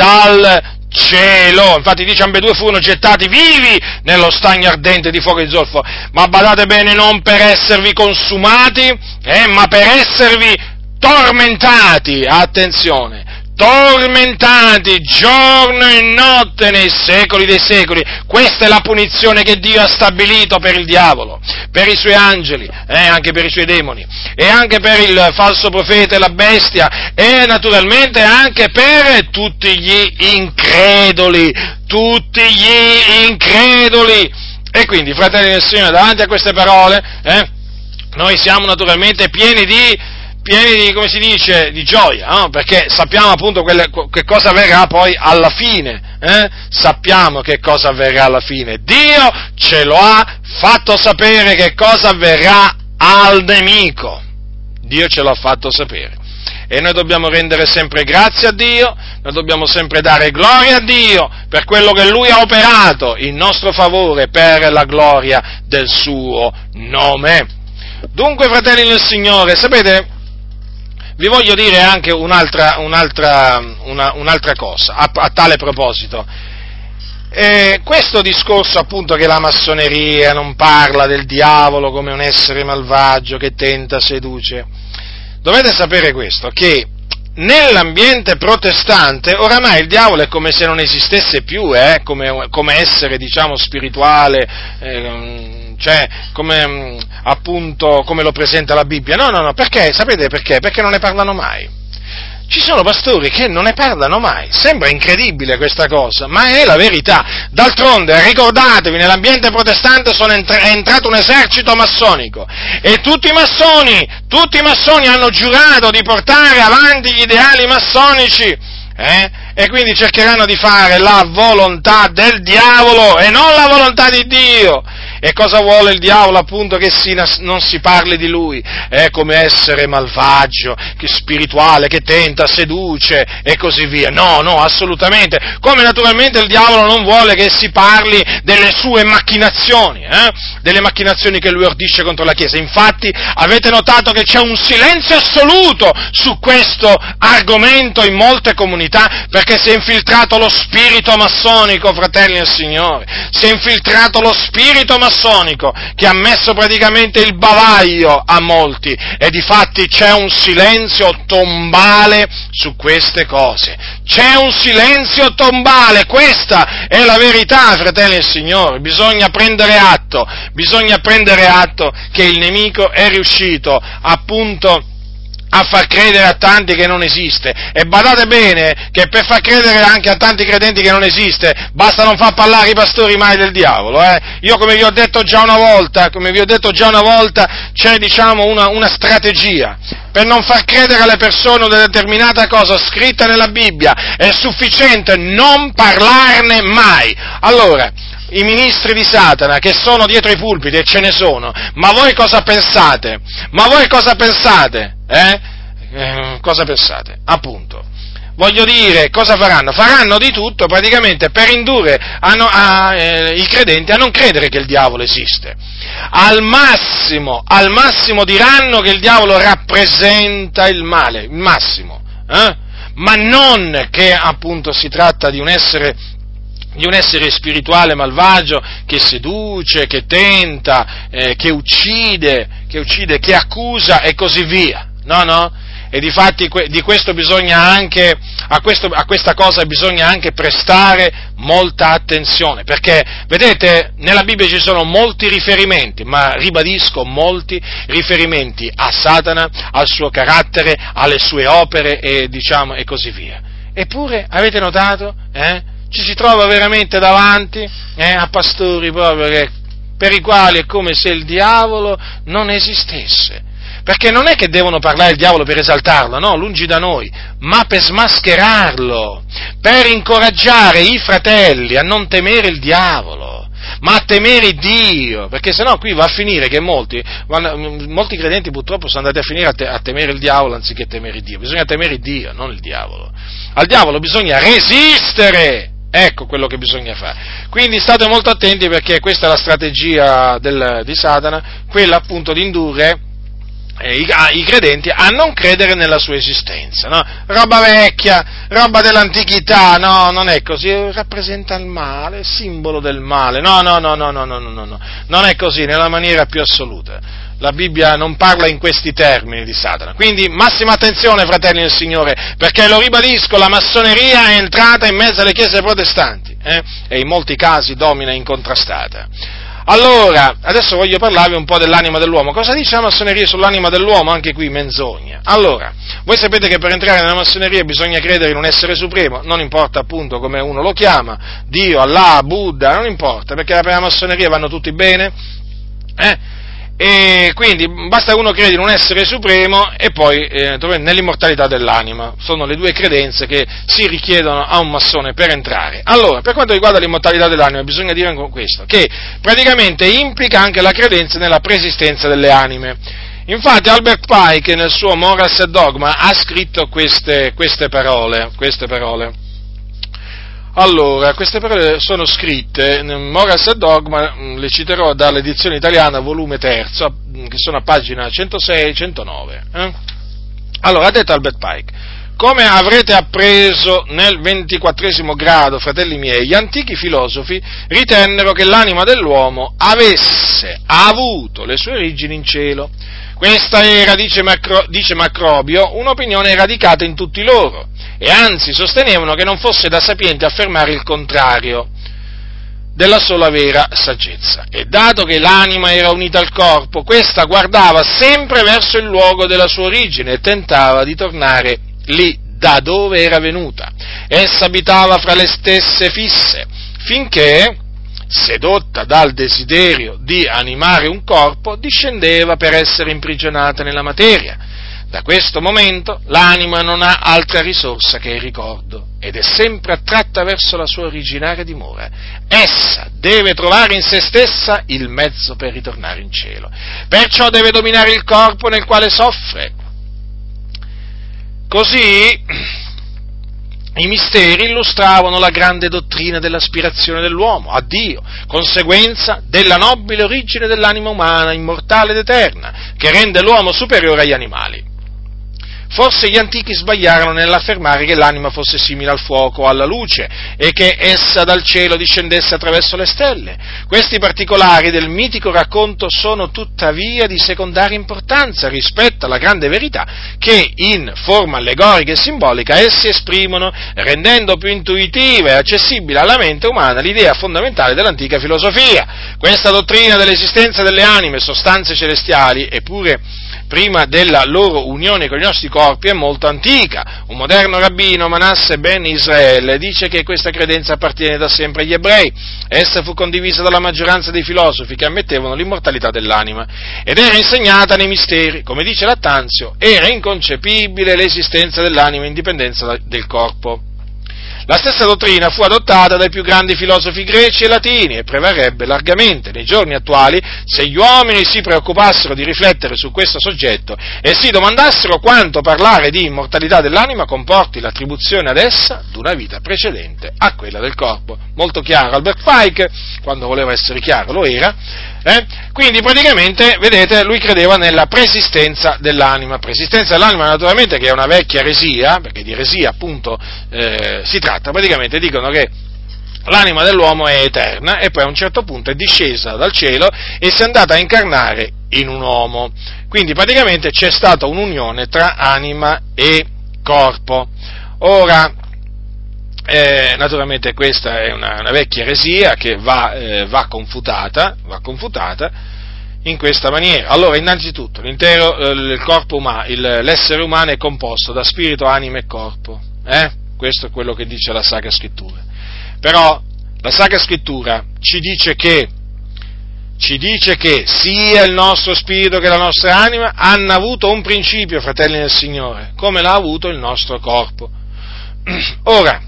dal cielo. Infatti dice, ambedue furono gettati vivi nello stagno ardente di fuoco e di zolfo. Ma badate bene, non per esservi consumati, eh, ma per esservi tormentati, attenzione, tormentati giorno e notte nei secoli dei secoli. Questa è la punizione che Dio ha stabilito per il diavolo, per i suoi angeli, eh, anche per i suoi demoni, e anche per il falso profeta e la bestia, e naturalmente anche per tutti gli increduli, tutti gli increduli. E quindi, fratelli del Signore, davanti a queste parole, eh, noi siamo naturalmente pieni di pieni di, come si dice, di gioia, no? Perché sappiamo appunto quelle, che cosa avverrà poi alla fine, eh? Sappiamo che cosa avverrà alla fine. Dio ce lo ha fatto sapere che cosa avverrà al nemico. Dio ce l'ha fatto sapere. E noi dobbiamo rendere sempre grazie a Dio, noi dobbiamo sempre dare gloria a Dio per quello che Lui ha operato in nostro favore per la gloria del suo nome. Dunque, fratelli del Signore, sapete, vi voglio dire anche un'altra, un'altra, una, un'altra cosa a, a tale proposito. Eh, questo discorso appunto che la massoneria non parla del diavolo come un essere malvagio che tenta, seduce, dovete sapere questo, che nell'ambiente protestante oramai il diavolo è come se non esistesse più, eh, come, come essere, diciamo, spirituale, eh, cioè come appunto come lo presenta la Bibbia. No, no, no, perché? Sapete perché? Perché non ne parlano mai. Ci sono pastori che non ne parlano mai. Sembra incredibile questa cosa, ma è la verità. D'altronde, ricordatevi, nell'ambiente protestante sono entra- è entrato un esercito massonico, e tutti i massoni, tutti i massoni hanno giurato di portare avanti gli ideali massonici, eh? E quindi cercheranno di fare la volontà del diavolo e non la volontà di Dio. E cosa vuole il diavolo? Appunto che si, non si parli di lui, è come essere malvagio, che spirituale, che tenta, seduce e così via. No, no, assolutamente. Come naturalmente il diavolo non vuole che si parli delle sue macchinazioni, eh? delle macchinazioni che lui ordisce contro la Chiesa. Infatti avete notato che c'è un silenzio assoluto su questo argomento in molte comunità, perché si è infiltrato lo spirito massonico, fratelli del Signore, si è infiltrato lo spirito massonico che ha messo praticamente il bavaglio a molti, e difatti c'è un silenzio tombale su queste cose, c'è un silenzio tombale, questa è la verità, fratelli del Signore. Bisogna prendere atto, bisogna prendere atto che il nemico è riuscito appunto a far credere a tanti che non esiste, e badate bene che per far credere anche a tanti credenti che non esiste basta non far parlare i pastori mai del diavolo, eh? Io come vi ho detto già una volta, come vi ho detto già una volta, c'è diciamo una, una strategia per non far credere alle persone una determinata cosa scritta nella Bibbia. È sufficiente non parlarne mai. Allora, i ministri di Satana che sono dietro i pulpiti, e ce ne sono, ma voi cosa pensate? Ma voi cosa pensate? Eh? Eh, cosa pensate? Appunto. Voglio dire, cosa faranno? Faranno di tutto praticamente per indurre a no, a, eh, i credenti a non credere che il diavolo esiste. Al massimo, al massimo diranno che il diavolo rappresenta il male, il massimo, eh? Ma non che appunto si tratta di un essere di un essere spirituale malvagio che seduce, che tenta, eh, che uccide, che uccide, che accusa e così via. No, no? E difatti di questo bisogna anche, a, questo, a questa cosa bisogna anche prestare molta attenzione, perché, vedete, nella Bibbia ci sono molti riferimenti, ma ribadisco, molti riferimenti a Satana, al suo carattere, alle sue opere e diciamo e così via. Eppure, avete notato, eh, ci si trova veramente davanti eh, a pastori proprio che, per i quali è come se il diavolo non esistesse. Perché non è che devono parlare il diavolo per esaltarlo, no, lungi da noi, ma per smascherarlo, per incoraggiare i fratelli a non temere il diavolo, ma a temere Dio, perché sennò qui va a finire che molti, molti credenti purtroppo sono andati a finire a, te, a temere il diavolo anziché temere Dio. Bisogna temere Dio, non il diavolo. Al diavolo bisogna resistere. Ecco quello che bisogna fare. Quindi state molto attenti, perché questa è la strategia del, di Satana, quella appunto di indurre eh, i, i credenti a non credere nella sua esistenza, no? Roba vecchia, roba dell'antichità, no, non è così, rappresenta il male, simbolo del male, no, no, no, no, no, no, no, no, no, non è così nella maniera più assoluta. La Bibbia non parla in questi termini di Satana. Quindi massima attenzione, fratelli del Signore, perché lo ribadisco, la massoneria è entrata in mezzo alle chiese protestanti eh? e in molti casi domina incontrastata. Allora, adesso voglio parlarvi un po' dell'anima dell'uomo. Cosa dice la massoneria sull'anima dell'uomo? Anche qui menzogna. Allora, voi sapete che per entrare nella massoneria bisogna credere in un essere supremo, non importa appunto come uno lo chiama, Dio, Allah, Buddha, non importa, perché per la massoneria vanno tutti bene, eh? E quindi basta uno crede in un essere supremo e poi eh, nell'immortalità dell'anima. Sono le due credenze che si richiedono a un massone per entrare. Allora, per quanto riguarda l'immortalità dell'anima, bisogna dire anche questo, che praticamente implica anche la credenza nella preesistenza delle anime. Infatti Albert Pike nel suo Morals e Dogma ha scritto queste, queste parole, queste parole. Allora, queste parole sono scritte nel Morals e Dogma, le citerò dall'edizione italiana, volume terzo, che sono a pagina centosei centonove. Eh? Allora, ha detto Albert Pike: come avrete appreso nel ventiquattresimo grado, fratelli miei, gli antichi filosofi ritennero che l'anima dell'uomo avesse avuto le sue origini in cielo. Questa era, dice, Macro, dice Macrobio, un'opinione radicata in tutti loro, e anzi sostenevano che non fosse da sapienti affermare il contrario della sola vera saggezza. E dato che l'anima era unita al corpo, questa guardava sempre verso il luogo della sua origine e tentava di tornare lì da dove era venuta. Essa abitava fra le stesse fisse, finché, sedotta dal desiderio di animare un corpo, discendeva per essere imprigionata nella materia. Da questo momento l'anima non ha altra risorsa che il ricordo ed è sempre attratta verso la sua originaria dimora. Essa deve trovare in se stessa il mezzo per ritornare in cielo. Perciò deve dominare il corpo nel quale soffre. Così i misteri illustravano la grande dottrina dell'aspirazione dell'uomo a Dio, conseguenza della nobile origine dell'anima umana, immortale ed eterna, che rende l'uomo superiore agli animali. Forse gli antichi sbagliarono nell'affermare che l'anima fosse simile al fuoco o alla luce e che essa dal cielo discendesse attraverso le stelle. Questi particolari del mitico racconto sono tuttavia di secondaria importanza rispetto alla grande verità che in forma allegorica e simbolica essi esprimono, rendendo più intuitiva e accessibile alla mente umana l'idea fondamentale dell'antica filosofia. Questa dottrina dell'esistenza delle anime, sostanze celestiali, eppure prima della loro unione con i nostri corpi, è molto antica. Un moderno rabbino, Manasse ben Israele, dice che questa credenza appartiene da sempre agli ebrei. Essa fu condivisa dalla maggioranza dei filosofi che ammettevano l'immortalità dell'anima ed era insegnata nei misteri. Come dice Lattanzio, era inconcepibile l'esistenza dell'anima in dipendenza del corpo. La stessa dottrina fu adottata dai più grandi filosofi greci e latini e prevarrebbe largamente nei giorni attuali se gli uomini si preoccupassero di riflettere su questo soggetto e si domandassero quanto parlare di immortalità dell'anima comporti l'attribuzione ad essa d'una vita precedente a quella del corpo. Molto chiaro, Albert Pike, quando voleva essere chiaro, lo era. Eh? Quindi praticamente, vedete, lui credeva nella preesistenza dell'anima, preesistenza dell'anima naturalmente che è una vecchia eresia, perché di eresia appunto eh, si tratta, praticamente dicono che l'anima dell'uomo è eterna e poi a un certo punto è discesa dal cielo e si è andata a incarnare in un uomo, quindi praticamente c'è stata un'unione tra anima e corpo. Ora, Eh, naturalmente questa è una, una vecchia eresia che va, eh, va, confutata, va confutata in questa maniera. Allora, innanzitutto, l'intero eh, il corpo umano, il, l'essere umano è composto da spirito, anima e corpo. Eh? Questo è quello che dice la Sacra Scrittura. Però la Sacra Scrittura ci dice che ci dice che sia il nostro spirito che la nostra anima hanno avuto un principio, fratelli del Signore, come l'ha avuto il nostro corpo. Ora,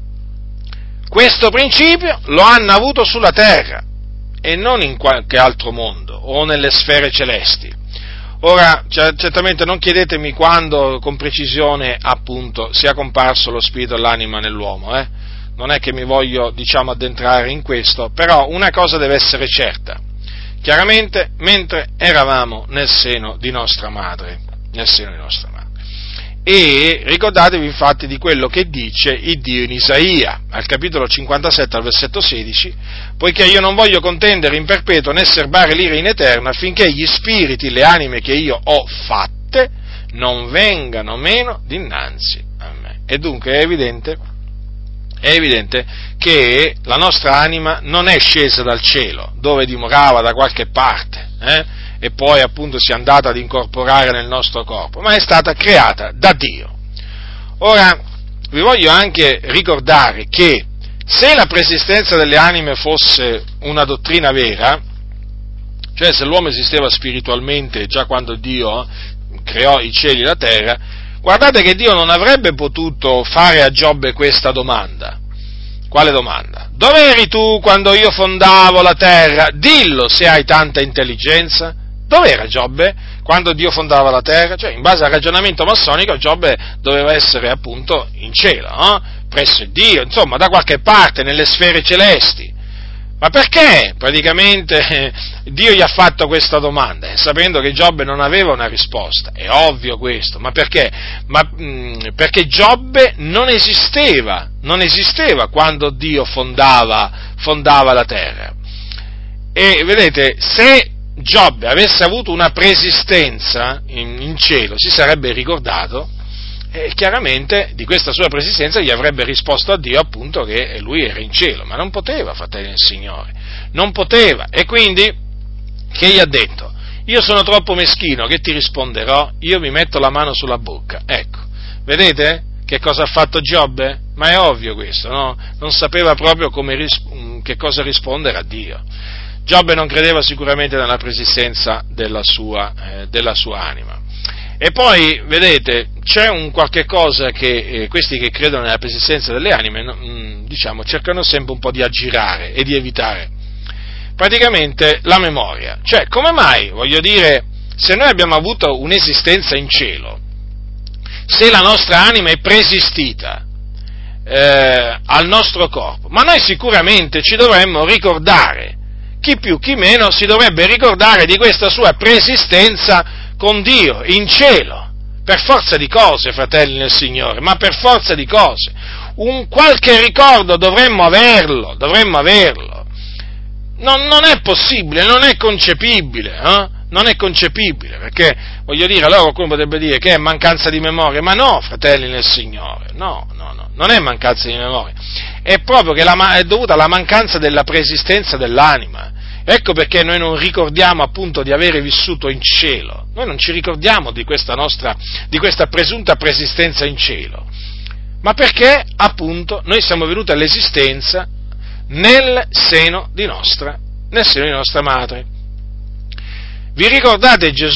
questo principio lo hanno avuto sulla terra e non in qualche altro mondo o nelle sfere celesti. Ora, certamente non chiedetemi quando con precisione appunto sia comparso lo spirito e l'anima nell'uomo, eh? Non è che mi voglio, diciamo, addentrare in questo, però una cosa deve essere certa, chiaramente mentre eravamo nel seno di nostra madre, nel seno di nostra madre. E ricordatevi infatti di quello che dice il Dio in Isaia, al capitolo cinquantasette, al versetto sedici, poiché io non voglio contendere in perpetuo né serbare l'ira in eterno, affinché gli spiriti, le anime che io ho fatte, non vengano meno dinanzi a me. E dunque è evidente, è evidente che la nostra anima non è scesa dal cielo, dove dimorava da qualche parte, eh? e poi appunto si è andata ad incorporare nel nostro corpo, ma è stata creata da Dio. Ora, vi voglio anche ricordare che se la preesistenza delle anime fosse una dottrina vera, cioè se l'uomo esisteva spiritualmente già quando Dio creò i cieli e la terra, guardate che Dio non avrebbe potuto fare a Giobbe questa domanda. Quale domanda? Dove eri tu quando io fondavo la terra? Dillo se hai tanta intelligenza. Dov'era Giobbe quando Dio fondava la terra? Cioè, in base al ragionamento massonico, Giobbe doveva essere appunto in cielo, no? Presso Dio, insomma, da qualche parte, nelle sfere celesti. Ma perché praticamente Dio gli ha fatto questa domanda, sapendo che Giobbe non aveva una risposta? È ovvio questo, ma perché? Ma, mh, perché Giobbe non esisteva, non esisteva quando Dio fondava, fondava la terra. E vedete, se Giobbe avesse avuto una preesistenza in, in cielo, si sarebbe ricordato e chiaramente di questa sua preesistenza gli avrebbe risposto a Dio appunto che lui era in cielo, ma non poteva, fratelli del Signore, non poteva, e quindi che gli ha detto? Io sono troppo meschino, che ti risponderò? Io mi metto la mano sulla bocca. Ecco, vedete che cosa ha fatto Giobbe? Ma è ovvio questo, no? Non sapeva proprio come ris- che cosa rispondere a Dio. Giobbe non credeva sicuramente nella preesistenza della sua, eh, della sua anima. E poi, vedete, c'è un qualche cosa che eh, questi che credono nella preesistenza delle anime, mh, diciamo, cercano sempre un po' di aggirare e di evitare. Praticamente la memoria. Cioè, come mai, voglio dire, se noi abbiamo avuto un'esistenza in cielo, se la nostra anima è preesistita eh, al nostro corpo, ma noi sicuramente ci dovremmo ricordare, chi più chi meno si dovrebbe ricordare di questa sua preesistenza con Dio, in cielo, per forza di cose, fratelli nel Signore, ma per forza di cose, un qualche ricordo dovremmo averlo, dovremmo averlo, non, non è possibile, non è concepibile, eh? non è concepibile, perché, voglio dire, allora qualcuno potrebbe dire che è mancanza di memoria, ma no, fratelli nel Signore, no, no, no, non è mancanza di memoria, è proprio che la, è dovuta alla mancanza della preesistenza dell'anima. Ecco perché noi non ricordiamo appunto di avere vissuto in cielo, noi non ci ricordiamo di questa nostra, di questa presunta preesistenza in cielo, ma perché appunto noi siamo venuti all'esistenza nel seno di nostra, nel seno di nostra madre. Vi ricordate Gesù?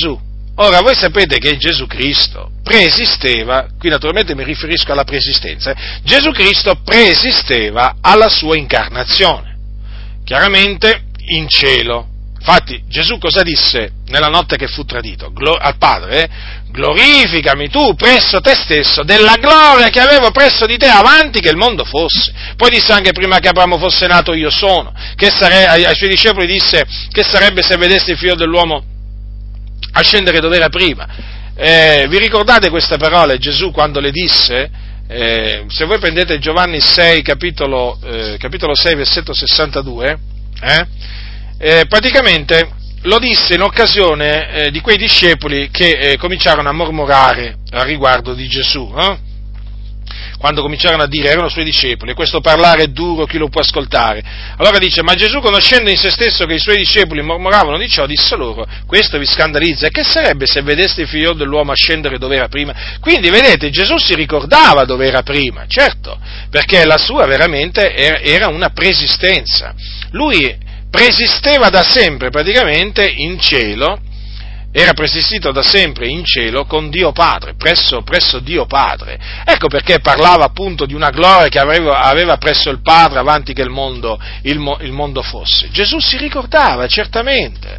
Ora, voi sapete che Gesù Cristo preesisteva, qui naturalmente mi riferisco alla preesistenza, eh, Gesù Cristo preesisteva alla sua incarnazione, chiaramente in cielo. Infatti Gesù cosa disse nella notte che fu tradito? Glo- al Padre, eh? Glorificami tu presso te stesso della gloria che avevo presso di te avanti che il mondo fosse. Poi disse anche prima che Abramo fosse nato io sono, che sare- ai, ai suoi discepoli disse che sarebbe se vedeste il figlio dell'uomo a scendere dove era prima. Eh, vi ricordate queste parole Gesù quando le disse? Eh, se voi prendete Giovanni sei, capitolo, eh, capitolo sei, versetto sessantadue, eh, eh, praticamente lo disse in occasione eh, di quei discepoli che eh, cominciarono a mormorare a riguardo di Gesù, eh? Quando cominciarono a dire, erano suoi discepoli, e questo parlare è duro, chi lo può ascoltare? Allora dice, ma Gesù, conoscendo in se stesso che i suoi discepoli mormoravano di ciò, disse loro, questo vi scandalizza, e che sarebbe se vedeste il figlio dell'uomo a scendere dove era prima? Quindi, vedete, Gesù si ricordava dove era prima, certo, perché la sua veramente era una preesistenza. Lui preesisteva da sempre, praticamente, in cielo, era preesistito da sempre in cielo con Dio Padre, presso, presso Dio Padre. Ecco perché parlava appunto di una gloria che aveva, aveva presso il Padre avanti che il mondo, il, il mondo fosse. Gesù si ricordava, certamente.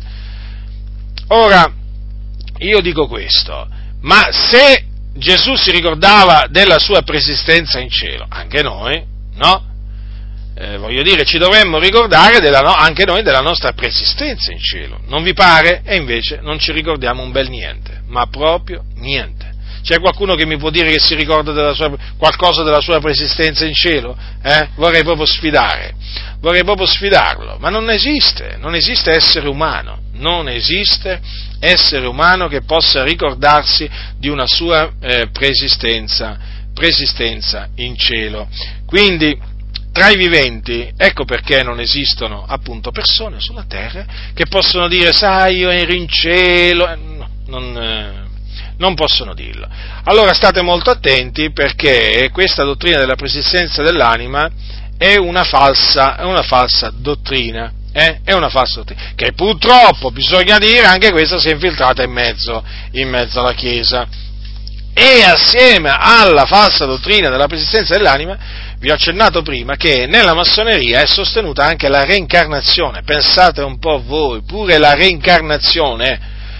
Ora, io dico questo, ma se Gesù si ricordava della sua preesistenza in cielo, anche noi, no? Eh, voglio dire, ci dovremmo ricordare della no, anche noi della nostra preesistenza in cielo, non vi pare? E invece non ci ricordiamo un bel niente, ma proprio niente. C'è qualcuno che mi può dire che si ricorda della sua, qualcosa della sua preesistenza in cielo? Eh? Vorrei proprio sfidare, vorrei proprio sfidarlo, ma non esiste, non esiste essere umano, non esiste essere umano che possa ricordarsi di una sua eh, preesistenza, preesistenza in cielo. Quindi, tra i viventi, ecco perché non esistono appunto persone sulla terra che possono dire, sai, io ero in cielo, no, non, eh, non possono dirlo. Allora state molto attenti perché questa dottrina della preesistenza dell'anima è una falsa, è una falsa dottrina, eh? È una falsa dottrina, che purtroppo, bisogna dire, anche questa si è infiltrata in mezzo, in mezzo alla Chiesa. E assieme alla falsa dottrina della preesistenza dell'anima, vi ho accennato prima che nella massoneria è sostenuta anche la reincarnazione. Pensate un po' voi, pure la reincarnazione,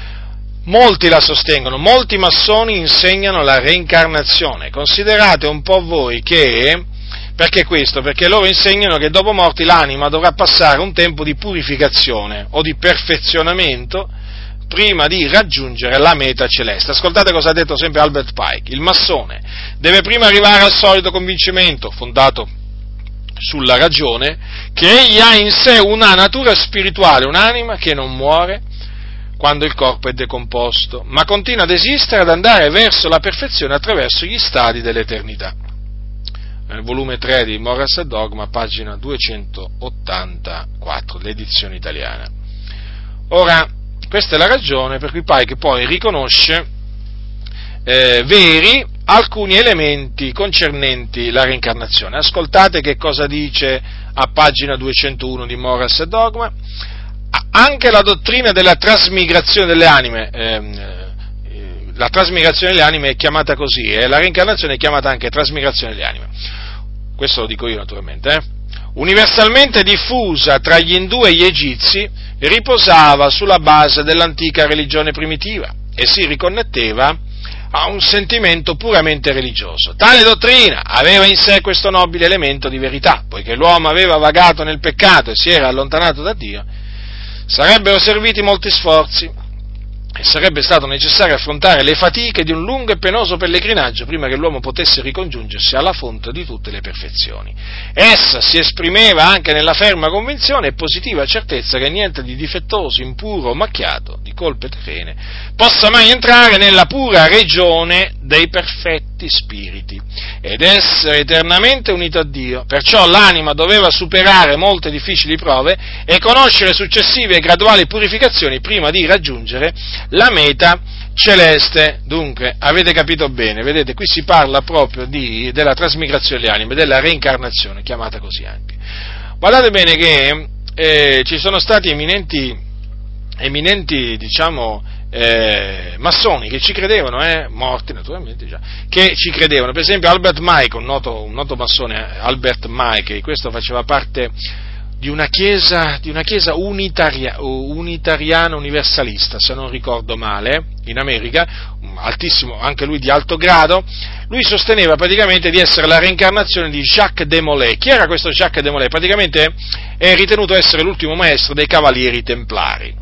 molti la sostengono, molti massoni insegnano la reincarnazione. Considerate un po' voi che, perché questo? Perché loro insegnano che dopo morti l'anima dovrà passare un tempo di purificazione o di perfezionamento prima di raggiungere la meta celeste. Ascoltate cosa ha detto sempre Albert Pike: il massone deve prima arrivare al solito convincimento, fondato sulla ragione, che egli ha in sé una natura spirituale, un'anima che non muore quando il corpo è decomposto, ma continua ad esistere, ad andare verso la perfezione attraverso gli stadi dell'eternità. Nel volume tre di Moras e Dogma, pagina duecentottantaquattro, l'edizione italiana. Ora, questa è la ragione per cui Pike poi riconosce eh, veri alcuni elementi concernenti la reincarnazione. Ascoltate che cosa dice a pagina duecentouno di Moras e Dogma. Anche la dottrina della trasmigrazione delle anime, ehm, la trasmigrazione delle anime è chiamata così, e eh, la reincarnazione è chiamata anche trasmigrazione delle anime. Questo lo dico io naturalmente, eh. Universalmente diffusa tra gli indù e gli egizi, riposava sulla base dell'antica religione primitiva e si riconnetteva a un sentimento puramente religioso. Tale dottrina aveva in sé questo nobile elemento di verità, poiché l'uomo aveva vagato nel peccato e si era allontanato da Dio, sarebbero serviti molti sforzi e sarebbe stato necessario affrontare le fatiche di un lungo e penoso pellegrinaggio prima che l'uomo potesse ricongiungersi alla fonte di tutte le perfezioni. Essa si esprimeva anche nella ferma convinzione e positiva certezza che niente di difettoso, impuro o macchiato di colpe terrene possa mai entrare nella pura regione dei perfetti spiriti ed essere eternamente unito a Dio. Perciò l'anima doveva superare molte difficili prove e conoscere successive e graduali purificazioni prima di raggiungere la meta celeste. Dunque, avete capito bene, vedete, qui si parla proprio di, della trasmigrazione delle anime, della reincarnazione, chiamata così anche. Guardate bene che eh, ci sono stati eminenti, eminenti, diciamo, eh, massoni che ci credevano, eh, morti naturalmente già, che ci credevano. Per esempio Albert Mike, un noto, un noto massone, Albert Mike, questo faceva parte di una chiesa, di una chiesa unitaria, unitariana universalista, se non ricordo male, in America, altissimo, anche lui di alto grado. Lui sosteneva praticamente di essere la reincarnazione di Jacques de Molay. Chi era questo Jacques de Molay? Praticamente è ritenuto essere l'ultimo maestro dei Cavalieri Templari.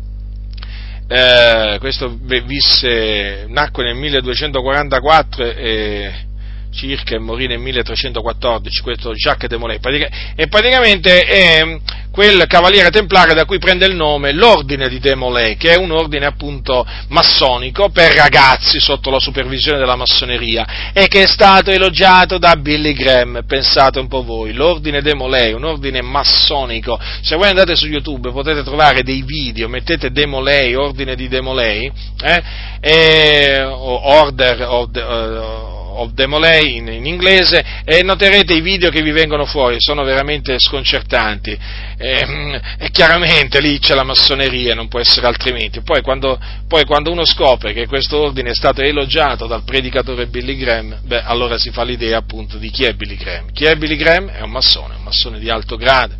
Eh, questo visse, nacque nel milleduecentoquarantaquattro e circa e morì nel milletrecentoquattordici, questo Jacques de Molay, e praticamente è quel cavaliere templare da cui prende il nome l'ordine di de Molay, che è un ordine appunto massonico per ragazzi sotto la supervisione della massoneria, e che è stato elogiato da Billy Graham. Pensate un po' voi, l'ordine de Molay, un ordine massonico. Se voi andate su YouTube potete trovare dei video, mettete de Molay, ordine di de Molay, eh, e, o order of the, uh, of de Molay in, in inglese, e noterete i video che vi vengono fuori, sono veramente sconcertanti, e, e chiaramente lì c'è la massoneria, non può essere altrimenti. Poi quando, poi quando uno scopre che questo ordine è stato elogiato dal predicatore Billy Graham, beh, allora si fa l'idea appunto di chi è Billy Graham. Chi è Billy Graham? È un massone, un massone di alto grado.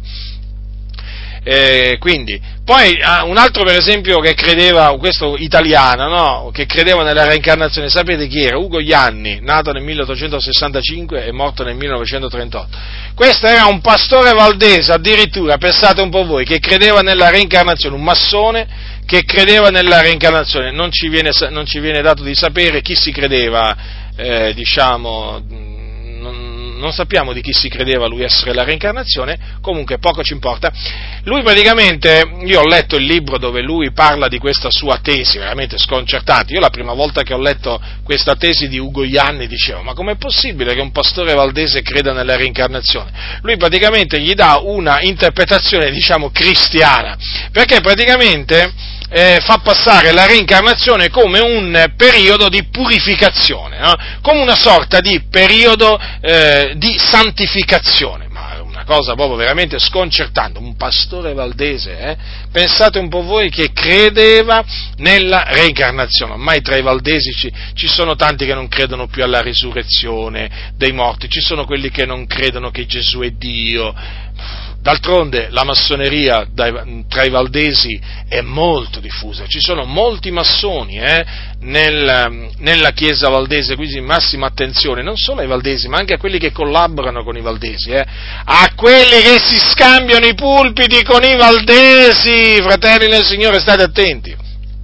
Eh, quindi, poi ah, un altro per esempio che credeva, questo italiano, no? Che credeva nella reincarnazione, sapete chi era? Ugo Ianni, nato nel milleottocentosessantacinque e morto nel millenovecentotrentotto. Questo era un pastore valdese, addirittura, pensate un po' voi, che credeva nella reincarnazione, un massone che credeva nella reincarnazione. Non ci viene, non ci viene dato di sapere chi si credeva, eh, diciamo, non, non sappiamo di chi si credeva lui essere la reincarnazione, comunque poco ci importa. Lui praticamente, io ho letto il libro dove lui parla di questa sua tesi, veramente sconcertante. Io la prima volta che ho letto questa tesi di Ugo Ianni dicevo, ma com'è possibile che un pastore valdese creda nella reincarnazione? Lui praticamente gli dà una interpretazione, diciamo, cristiana, perché praticamente Eh, fa passare la reincarnazione come un periodo di purificazione, no? Come una sorta di periodo eh, di santificazione, ma una cosa proprio veramente sconcertante. Un pastore valdese, eh? Pensate un po' voi, che credeva nella reincarnazione. Ormai tra i valdesi ci, ci sono tanti che non credono più alla risurrezione dei morti, ci sono quelli che non credono che Gesù è Dio. D'altronde la massoneria dai, tra i valdesi è molto diffusa, ci sono molti massoni eh, nel, nella chiesa valdese, quindi massima attenzione, non solo ai valdesi, ma anche a quelli che collaborano con i valdesi, eh, a quelli che si scambiano i pulpiti con i valdesi, fratelli nel Signore, state attenti.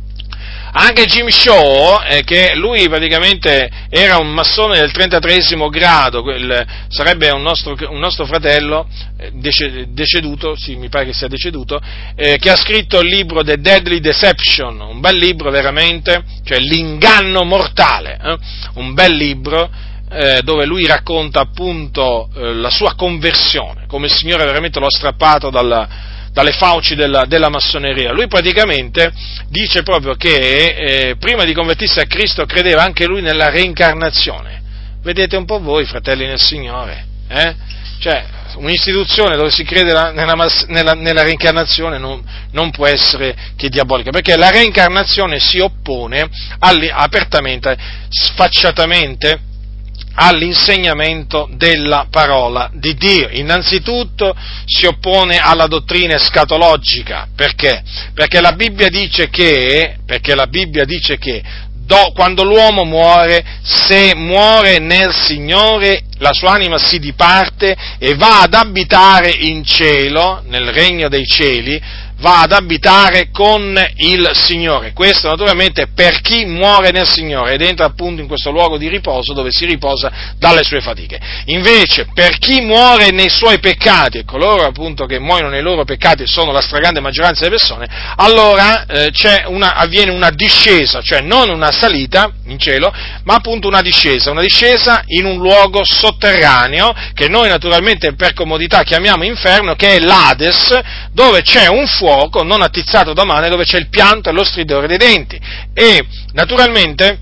Anche Jim Shaw, eh, che lui praticamente era un massone del trentatreesimo grado, quel, sarebbe un nostro, un nostro fratello eh, deceduto, sì, mi pare che sia deceduto, eh, che ha scritto il libro The Deadly Deception, un bel libro veramente, cioè l'inganno mortale, eh, un bel libro, eh, dove lui racconta appunto eh, la sua conversione, come il Signore veramente lo ha strappato dalla dalle fauci della, della massoneria. Lui praticamente dice proprio che eh, prima di convertirsi a Cristo credeva anche lui nella reincarnazione. Vedete un po' voi, fratelli nel Signore, eh? Cioè, un'istituzione dove si crede la, nella, nella, nella reincarnazione non, non può essere che diabolica, perché la reincarnazione si oppone apertamente, sfacciatamente, all'insegnamento della parola di Dio. Innanzitutto si oppone alla dottrina escatologica. Perché? Perché la Bibbia dice che, perché la Bibbia dice che do, quando l'uomo muore, se muore nel Signore, la sua anima si diparte e va ad abitare in cielo, nel regno dei cieli, va ad abitare con il Signore. Questo naturalmente per chi muore nel Signore ed entra appunto in questo luogo di riposo dove si riposa dalle sue fatiche. Invece per chi muore nei suoi peccati, e coloro appunto che muoiono nei loro peccati sono la stragrande maggioranza delle persone, allora eh, c'è una, avviene una discesa, cioè non una salita in cielo, ma appunto una discesa, una discesa in un luogo sotterraneo, che noi naturalmente per comodità chiamiamo inferno, che è l'Ades, dove c'è un fuoco non attizzato da mano, dove c'è il pianto e lo stridore dei denti. E naturalmente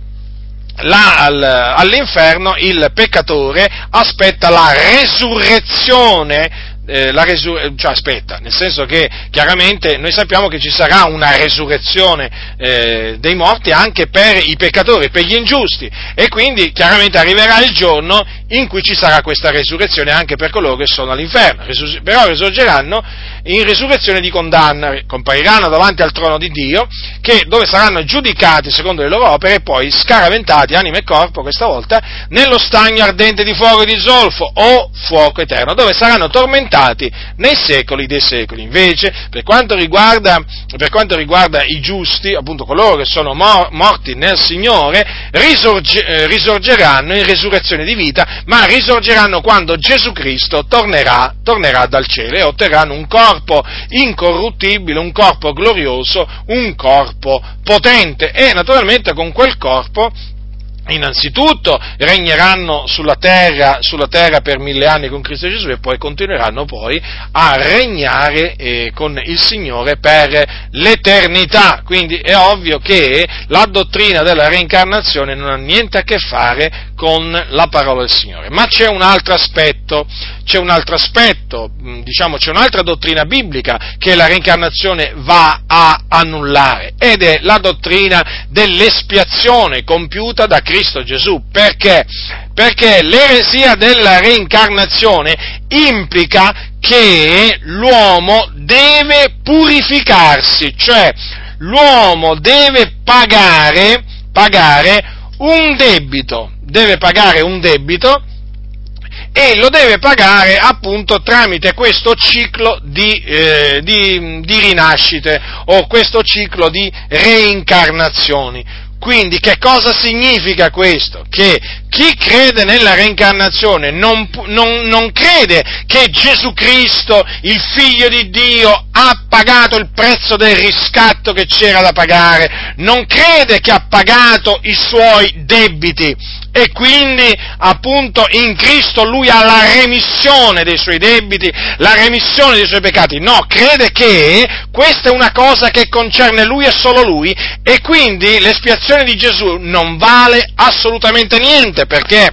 là al, all'inferno il peccatore aspetta la resurrezione eh, la resurrezione, cioè aspetta, nel senso che chiaramente noi sappiamo che ci sarà una resurrezione eh, dei morti anche per i peccatori, per gli ingiusti, e quindi chiaramente arriverà il giorno in cui ci sarà questa resurrezione anche per coloro che sono all'inferno, Resus- però risorgeranno in resurrezione di condanna, compariranno davanti al trono di Dio, che, dove saranno giudicati secondo le loro opere e poi scaraventati, anima e corpo questa volta, nello stagno ardente di fuoco e di zolfo, o fuoco eterno, dove saranno tormentati nei secoli dei secoli. Invece, per quanto riguarda, per quanto riguarda i giusti, appunto coloro che sono mor- morti nel Signore, risorge- eh, risorgeranno in resurrezione di vita, ma risorgeranno quando Gesù Cristo tornerà, tornerà dal cielo e otterranno un corpo incorruttibile, un corpo glorioso, un corpo potente, e naturalmente con quel corpo innanzitutto regneranno sulla terra, sulla terra per mille anni con Cristo Gesù, e poi continueranno poi a regnare eh, con il Signore per l'eternità. Quindi è ovvio che la dottrina della reincarnazione non ha niente a che fare con la parola del Signore. Ma c'è un altro aspetto, c'è un altro aspetto, diciamo c'è un'altra dottrina biblica che la reincarnazione va a annullare, ed è la dottrina dell'espiazione compiuta da Cristo Gesù. Perché? Perché l'eresia della reincarnazione implica che l'uomo deve purificarsi, cioè l'uomo deve pagare, pagare un debito, deve pagare un debito, e lo deve pagare appunto tramite questo ciclo di, eh, di, di rinascite, o questo ciclo di reincarnazioni. Quindi che cosa significa questo? Che chi crede nella reincarnazione non, non, non crede che Gesù Cristo, il Figlio di Dio, ha pagato il prezzo del riscatto che c'era da pagare, non crede che ha pagato i suoi debiti, e quindi appunto in Cristo lui ha la remissione dei suoi debiti, la remissione dei suoi peccati. No, crede che questa è una cosa che concerne lui e solo lui, e quindi l'espiazione di Gesù non vale assolutamente niente, perché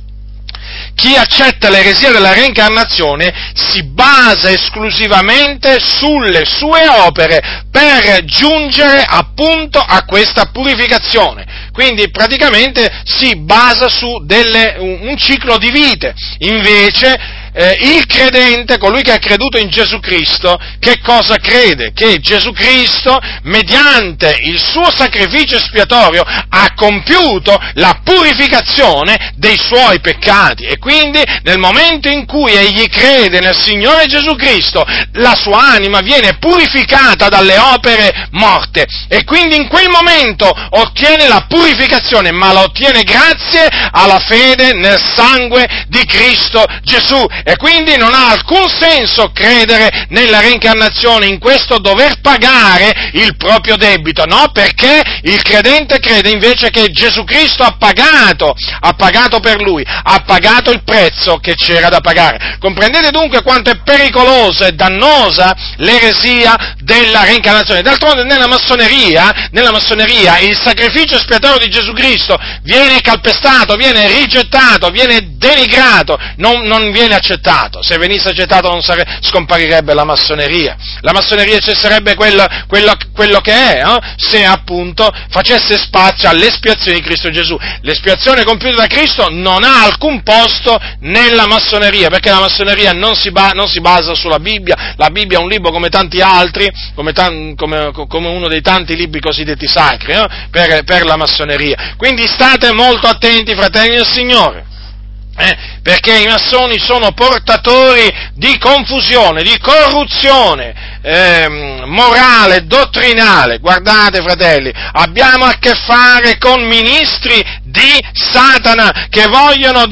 chi accetta l'eresia della reincarnazione si basa esclusivamente sulle sue opere per giungere appunto a questa purificazione. Quindi praticamente si basa su delle, un, un ciclo di vite. Invece eh, il credente, colui che ha creduto in Gesù Cristo, che cosa crede? Che Gesù Cristo, mediante il suo sacrificio espiatorio, ha compiuto la purificazione dei suoi peccati, e quindi nel momento in cui egli crede nel Signore Gesù Cristo, la sua anima viene purificata dalle opere morte, e quindi in quel momento ottiene la purificazione, ma la ottiene grazie alla fede nel sangue di Cristo Gesù. E quindi non ha alcun senso credere nella reincarnazione, in questo dover pagare il proprio debito, no? Perché il credente crede invece che Gesù Cristo ha pagato, ha pagato per lui, ha pagato il prezzo che c'era da pagare. Comprendete dunque quanto è pericolosa e dannosa l'eresia della reincarnazione. D'altronde nella massoneria, nella massoneria il sacrificio espiatorio di Gesù Cristo viene calpestato, viene rigettato, viene denigrato, non, non viene accettato. Se venisse accettato non sare, scomparirebbe la massoneria. La massoneria cesserebbe quello, quello, quello che è, eh? se appunto facesse spazio all'espiazione di Cristo Gesù. L'espiazione compiuta da Cristo non ha alcun posto nella massoneria, perché la massoneria non si, ba, non si basa sulla Bibbia. La Bibbia è un libro come tanti altri, come, tan, come, come uno dei tanti libri cosiddetti sacri, eh? per, per la massoneria. Quindi state molto attenti, fratelli del Signore. Eh, perché i massoni sono portatori di confusione, di corruzione eh, morale, dottrinale. Guardate, fratelli, abbiamo a che fare con ministri di Satana che vogliono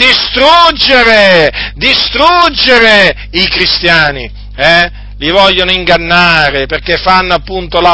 distruggere, distruggere i cristiani, eh? Li vogliono ingannare perché fanno appunto la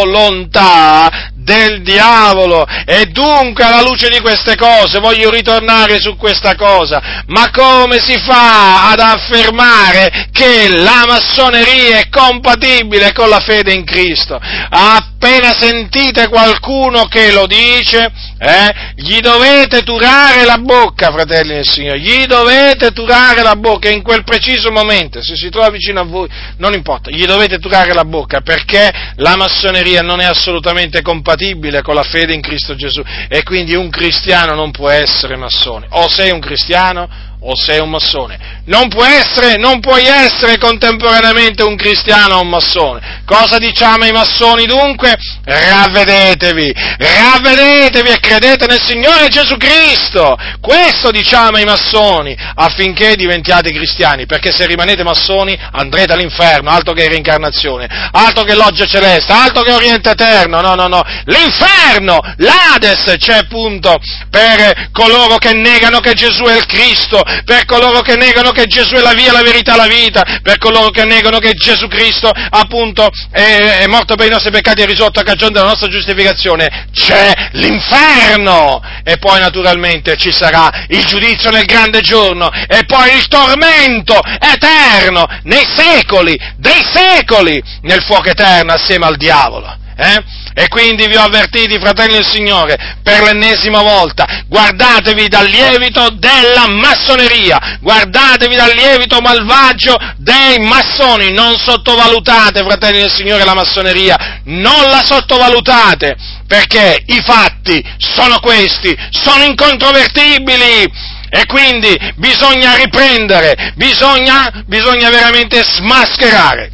volontà del diavolo, e dunque alla luce di queste cose voglio ritornare su questa cosa: ma come si fa ad affermare che la massoneria è compatibile con la fede in Cristo? A appena sentite qualcuno che lo dice, eh, gli dovete turare la bocca, fratelli del Signore, gli dovete turare la bocca in quel preciso momento, se si trova vicino a voi, non importa, gli dovete turare la bocca, perché la massoneria non è assolutamente compatibile con la fede in Cristo Gesù, e quindi un cristiano non può essere massone. O sei un cristiano o sei un massone. Non può essere, non puoi essere contemporaneamente un cristiano o un massone. Cosa diciamo ai massoni dunque? Ravvedetevi, ravvedetevi e credete nel Signore Gesù Cristo. Questo diciamo ai massoni, affinché diventiate cristiani, perché se rimanete massoni andrete all'inferno, altro che reincarnazione, altro che loggia celeste, altro che oriente eterno, no, no, no, l'inferno, l'Ades c'è appunto per coloro che negano che Gesù è il Cristo, per coloro che negano che Gesù è la via, la verità, la vita, per coloro che negano che Gesù Cristo appunto è, è morto per i nostri peccati e risorto a cagione della nostra giustificazione, c'è l'inferno, e poi naturalmente ci sarà il giudizio nel grande giorno, e poi il tormento eterno nei secoli dei secoli nel fuoco eterno assieme al diavolo. Eh? E quindi vi ho avvertiti, fratelli del Signore, per l'ennesima volta, guardatevi dal lievito della massoneria, guardatevi dal lievito malvagio dei massoni, non sottovalutate, fratelli del Signore, la massoneria, non la sottovalutate, perché i fatti sono questi, sono incontrovertibili. E quindi bisogna riprendere, bisogna, bisogna veramente smascherare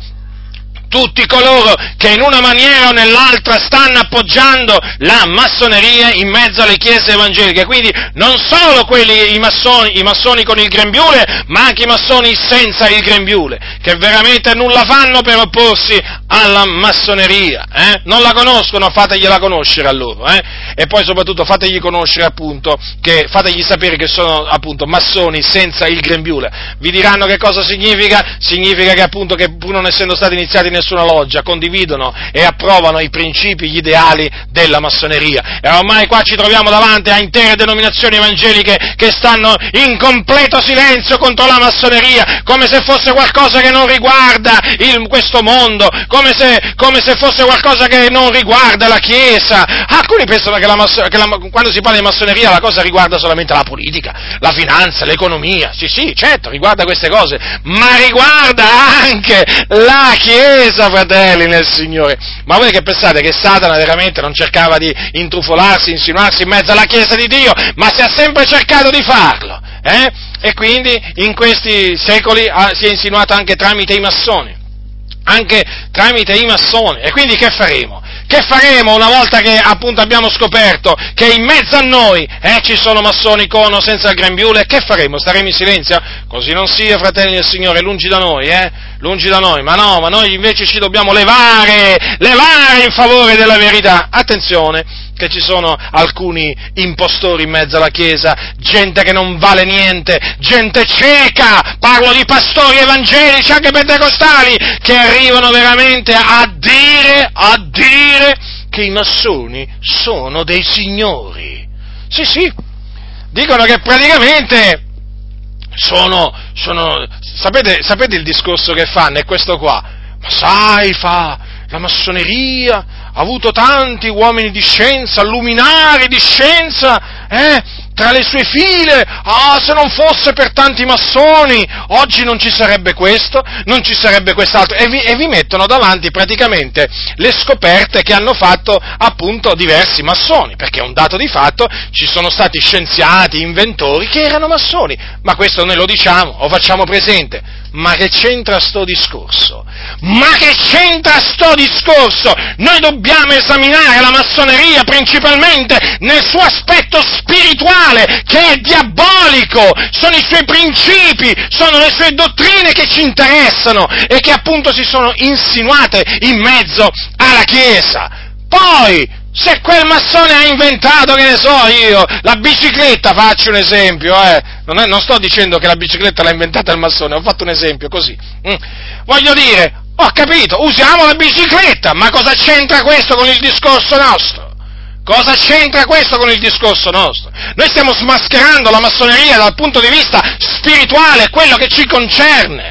tutti coloro che in una maniera o nell'altra stanno appoggiando la massoneria in mezzo alle chiese evangeliche, quindi non solo quelli, i massoni, i massoni con il grembiule, ma anche i massoni senza il grembiule, che veramente nulla fanno per opporsi alla massoneria, eh? Non la conoscono, fategliela conoscere a loro, eh? E poi soprattutto fategli conoscere appunto, che, fategli sapere che sono appunto massoni senza il grembiule. Vi diranno che cosa significa? Significa che appunto che pur non essendo stati iniziati nessuna loggia, condividono e approvano i principi, gli ideali della massoneria. E ormai qua ci troviamo davanti a intere denominazioni evangeliche che stanno in completo silenzio contro la massoneria, come se fosse qualcosa che non riguarda il, questo mondo, come se, come se fosse qualcosa che non riguarda la Chiesa. Alcuni pensano che, la masso- che la, quando si parla di massoneria la cosa riguarda solamente la politica, la finanza, l'economia. Sì, sì, certo, riguarda queste cose, ma riguarda anche la Chiesa, fratelli nel Signore. Ma voi che pensate che Satana veramente non cercava di intrufolarsi, insinuarsi in mezzo alla Chiesa di Dio, ma si ha sempre cercato di farlo, eh? E quindi in questi secoli ah, si è insinuato anche tramite i massoni, anche tramite i massoni, e quindi che faremo? Che faremo una volta che appunto abbiamo scoperto che in mezzo a noi eh, ci sono massoni con o senza il grembiule? Che faremo? Staremo in silenzio? Così non sia, fratelli del Signore, lungi da noi, eh? Lungi da noi, ma no, ma noi invece ci dobbiamo levare, levare in favore della verità. Attenzione, che ci sono alcuni impostori in mezzo alla Chiesa, gente che non vale niente, gente cieca, parlo di pastori evangelici, anche pentecostali, che arrivano veramente a dire, a dire che i massoni sono dei signori. Sì, sì, dicono che praticamente sono, sono, sapete, sapete il discorso che fanno? È questo qua, ma sai, fa, la massoneria ha avuto tanti uomini di scienza, luminari di scienza, eh, tra le sue file. Ah, se non fosse per tanti massoni, oggi non ci sarebbe questo, non ci sarebbe quest'altro, e vi, e vi mettono davanti praticamente le scoperte che hanno fatto appunto diversi massoni, perché è un dato di fatto, ci sono stati scienziati, inventori che erano massoni, ma questo noi lo diciamo, lo facciamo presente. Ma che c'entra sto discorso? Ma che c'entra sto discorso? Noi dobbiamo esaminare la massoneria principalmente nel suo aspetto spirituale, che è diabolico, sono i suoi principi, sono le sue dottrine che ci interessano e che appunto si sono insinuate in mezzo alla Chiesa. Poi, se quel massone ha inventato, che ne so io, la bicicletta, faccio un esempio, eh, non, è, non sto dicendo che la bicicletta l'ha inventata il massone, ho fatto un esempio così, mm. Voglio dire, ho capito, usiamo la bicicletta, ma cosa c'entra questo con il discorso nostro? Cosa c'entra questo con il discorso nostro? Noi stiamo smascherando la massoneria dal punto di vista spirituale, quello che ci concerne.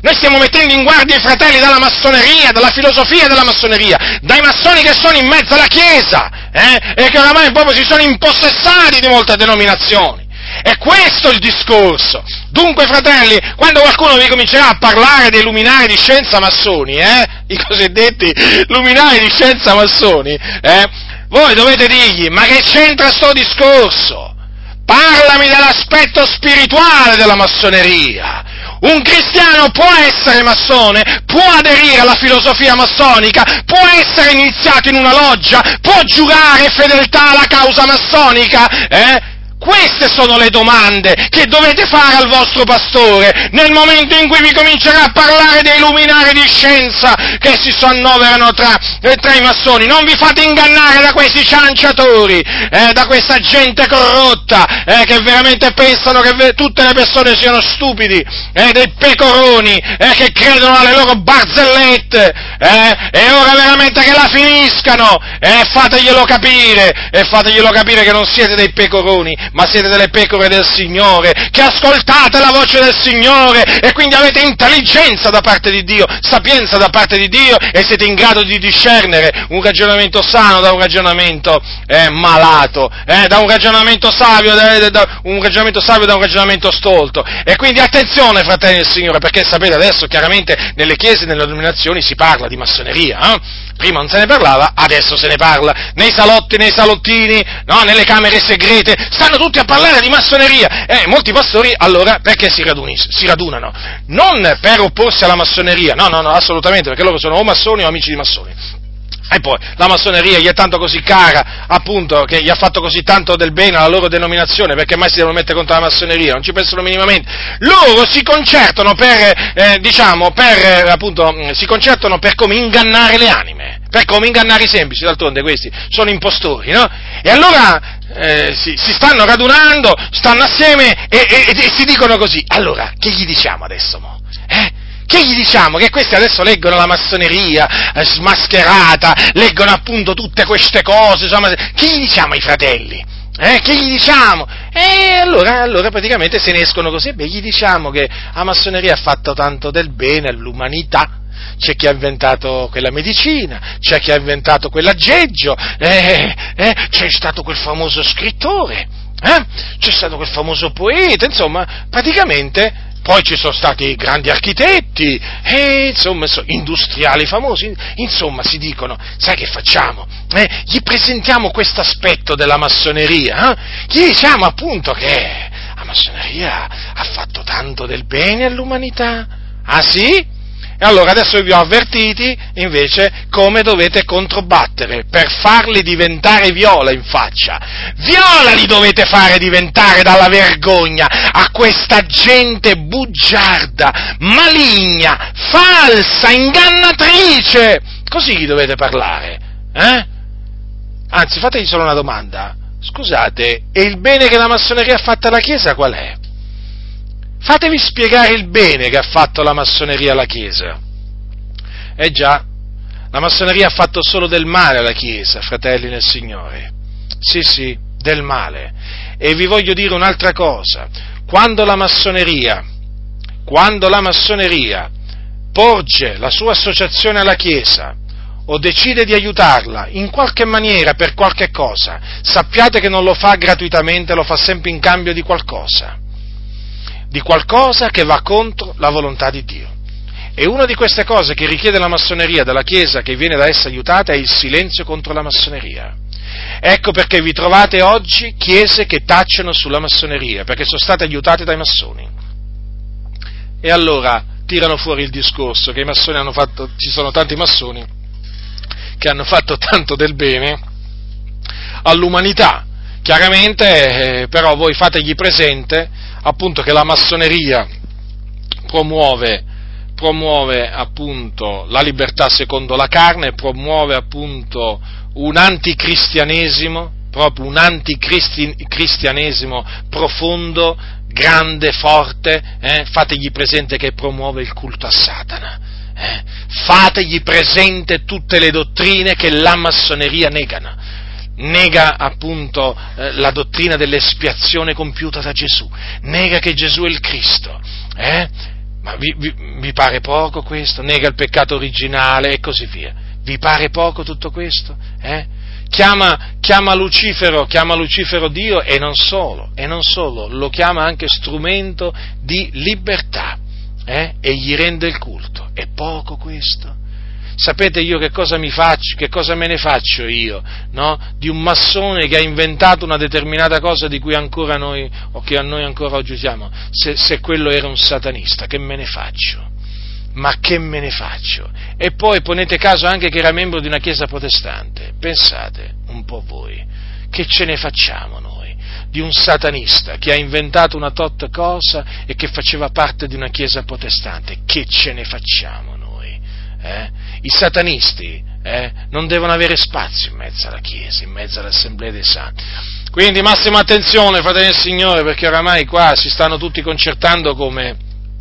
Noi stiamo mettendo in guardia i fratelli dalla massoneria, dalla filosofia della massoneria, dai massoni che sono in mezzo alla Chiesa, eh? E che oramai proprio si sono impossessati di molte denominazioni. È questo il discorso. Dunque, fratelli, quando qualcuno vi comincerà a parlare dei luminari di scienza massoni, eh, i cosiddetti luminari di scienza massoni, eh, voi dovete dirgli, ma che c'entra sto discorso? Parlami dell'aspetto spirituale della massoneria. Un cristiano può essere massone, può aderire alla filosofia massonica, può essere iniziato in una loggia, può giurare fedeltà alla causa massonica, eh? Queste sono le domande che dovete fare al vostro pastore nel momento in cui vi comincerà a parlare dei luminari di scienza che si annoverano tra, eh, tra i massoni. Non vi fate ingannare da questi cianciatori, eh, da questa gente corrotta, eh, che veramente pensano che ve- tutte le persone siano stupidi, eh, dei pecoroni, eh, che credono alle loro barzellette, eh, e ora veramente che la finiscano, e eh, fateglielo capire, e fateglielo capire che non siete dei pecoroni, ma siete delle pecore del Signore, che ascoltate la voce del Signore, e quindi avete intelligenza da parte di Dio, sapienza da parte di Dio, e siete in grado di discernere un ragionamento sano da un ragionamento eh, malato, eh, da un ragionamento savio da, da un ragionamento savio da un ragionamento stolto. E quindi attenzione, fratelli del Signore, perché sapete adesso chiaramente nelle chiese e nelle denominazioni si parla di massoneria, eh? Prima non se ne parlava, adesso se ne parla, nei salotti, nei salottini, no, nelle camere segrete, stanno tutti a parlare di massoneria, e eh, molti pastori allora perché si, raduni, si radunano? Non per opporsi alla massoneria, no, no, no, assolutamente, perché loro sono o massoni o amici di massoni. E poi la massoneria gli è tanto così cara, appunto, che gli ha fatto così tanto del bene alla loro denominazione, perché mai si devono mettere contro la massoneria? Non ci pensano minimamente. Loro si concertano per, eh, diciamo, per, eh, appunto, si concertano per come ingannare le anime, per come ingannare i semplici, d'altronde questi sono impostori, no? E allora eh, si, si stanno radunando, stanno assieme e, e, e si dicono così, allora, che gli diciamo adesso, mo? Eh? Che gli diciamo? Che questi adesso leggono la massoneria eh, smascherata, leggono appunto tutte queste cose, insomma, che gli diciamo ai fratelli? Eh, che gli diciamo? E allora, allora praticamente se ne escono così, beh, gli diciamo che la massoneria ha fatto tanto del bene all'umanità. C'è chi ha inventato quella medicina, c'è chi ha inventato quell'aggeggio, eh, eh, c'è stato quel famoso scrittore, eh, c'è stato quel famoso poeta, insomma, praticamente. Poi ci sono stati grandi architetti, e insomma, industriali famosi, insomma, si dicono, sai che facciamo? Eh, gli presentiamo questo aspetto della massoneria, eh? Gli diciamo appunto che la massoneria ha fatto tanto del bene all'umanità. Ah sì? E allora adesso vi ho avvertiti invece come dovete controbattere per farli diventare viola in faccia. Viola li dovete fare diventare dalla vergogna a questa gente bugiarda, maligna, falsa, ingannatrice. Così gli dovete parlare, eh? Anzi, fategli solo una domanda. Scusate, e il bene che la massoneria ha fatto alla Chiesa qual è? Fatevi spiegare il bene che ha fatto la massoneria alla Chiesa. Eh già, la massoneria ha fatto solo del male alla Chiesa, fratelli nel Signore. Sì, sì, del male. E vi voglio dire un'altra cosa. Quando la massoneria, quando la massoneria porge la sua associazione alla Chiesa o decide di aiutarla in qualche maniera per qualche cosa, sappiate che non lo fa gratuitamente, lo fa sempre in cambio di qualcosa. di qualcosa che va contro la volontà di Dio. E una di queste cose che richiede la massoneria dalla Chiesa che viene da essa aiutata è il silenzio contro la massoneria. Ecco perché vi trovate oggi chiese che tacciano sulla massoneria, perché sono state aiutate dai massoni. E allora tirano fuori il discorso che i massoni hanno fatto, ci sono tanti massoni che hanno fatto tanto del bene all'umanità. Chiaramente, eh, però voi fategli presente appunto che la massoneria promuove, promuove appunto la libertà secondo la carne, promuove appunto un anticristianesimo, proprio un anticristianesimo profondo, grande, forte, eh? Fategli presente che promuove il culto a Satana, eh? Fategli presente tutte le dottrine che la massoneria negano. Nega appunto eh, la dottrina dell'espiazione compiuta da Gesù, nega che Gesù è il Cristo, eh? Ma vi, vi, vi pare poco questo? Nega il peccato originale e così via. Vi pare poco tutto questo? Eh? Chiama, chiama Lucifero, chiama Lucifero Dio e non solo, e non solo, lo chiama anche strumento di libertà, eh? E gli rende il culto. È poco questo? Sapete io che cosa mi faccio, che cosa me ne faccio io, no? Di un massone che ha inventato una determinata cosa di cui ancora noi, o che a noi ancora oggi usiamo, se, se quello era un satanista, che me ne faccio? Ma che me ne faccio? E poi ponete caso anche che era membro di una chiesa protestante, pensate un po' voi, che ce ne facciamo noi? Di un satanista che ha inventato una tot cosa e che faceva parte di una chiesa protestante, che ce ne facciamo noi? Eh? I satanisti eh, non devono avere spazio in mezzo alla Chiesa, in mezzo all'Assemblea dei Santi. Quindi massima attenzione, fratelli del Signore, perché oramai qua si stanno tutti concertando come,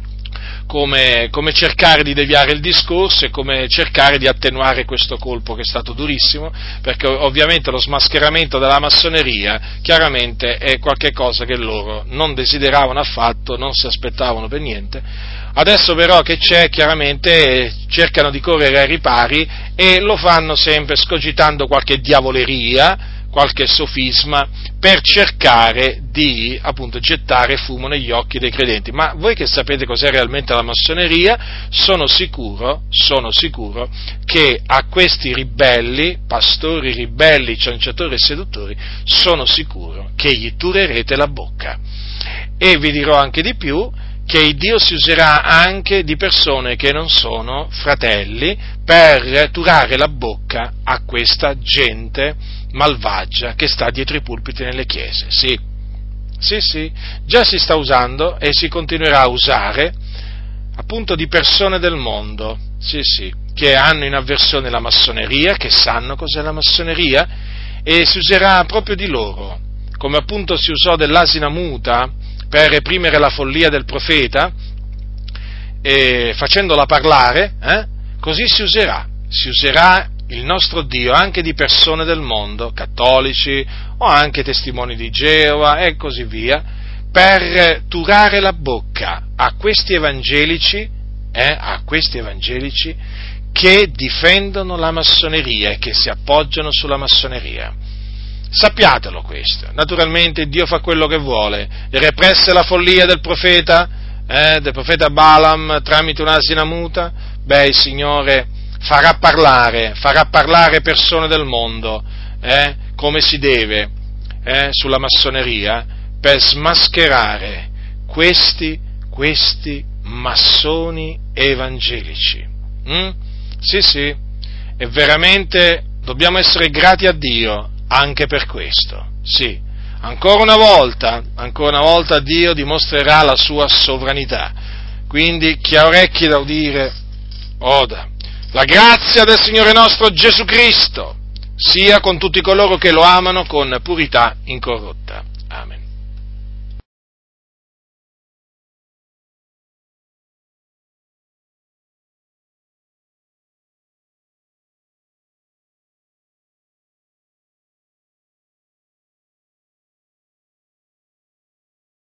come, come cercare di deviare il discorso e come cercare di attenuare questo colpo che è stato durissimo, perché ovviamente lo smascheramento della massoneria chiaramente è qualche cosa che loro non desideravano affatto, non si aspettavano per niente. Adesso però che c'è, chiaramente cercano di correre ai ripari e lo fanno sempre scogitando qualche diavoleria, qualche sofisma, per cercare di, appunto, gettare fumo negli occhi dei credenti. Ma voi che sapete cos'è realmente la massoneria, sono sicuro, sono sicuro che a questi ribelli, pastori ribelli, cianciatori e seduttori, sono sicuro che gli turerete la bocca. E vi dirò anche di più, che Dio si userà anche di persone che non sono fratelli per turare la bocca a questa gente malvagia che sta dietro i pulpiti nelle chiese. Sì, sì, sì, già si sta usando e si continuerà a usare appunto di persone del mondo, sì, sì, che hanno in avversione la massoneria, che sanno cos'è la massoneria, e si userà proprio di loro, come appunto si usò dell'asina muta per reprimere la follia del profeta, e facendola parlare, eh, così si userà, si userà il nostro Dio anche di persone del mondo, cattolici o anche testimoni di Geova e così via, per turare la bocca a questi evangelici, eh, a questi evangelici che difendono la massoneria e che si appoggiano sulla massoneria. Sappiatelo questo. Naturalmente Dio fa quello che vuole. Represse la follia del profeta, eh, del profeta Balaam tramite un'asina muta, beh, il Signore farà parlare, farà parlare persone del mondo, eh, come si deve, eh, sulla massoneria, per smascherare questi, questi massoni evangelici. Mm? Sì, sì, e veramente dobbiamo essere grati a Dio anche per questo, sì, ancora una volta, ancora una volta Dio dimostrerà la sua sovranità, quindi chi ha orecchi da udire, oda. La grazia del Signore nostro Gesù Cristo sia con tutti coloro che lo amano con purità incorrotta. Amen.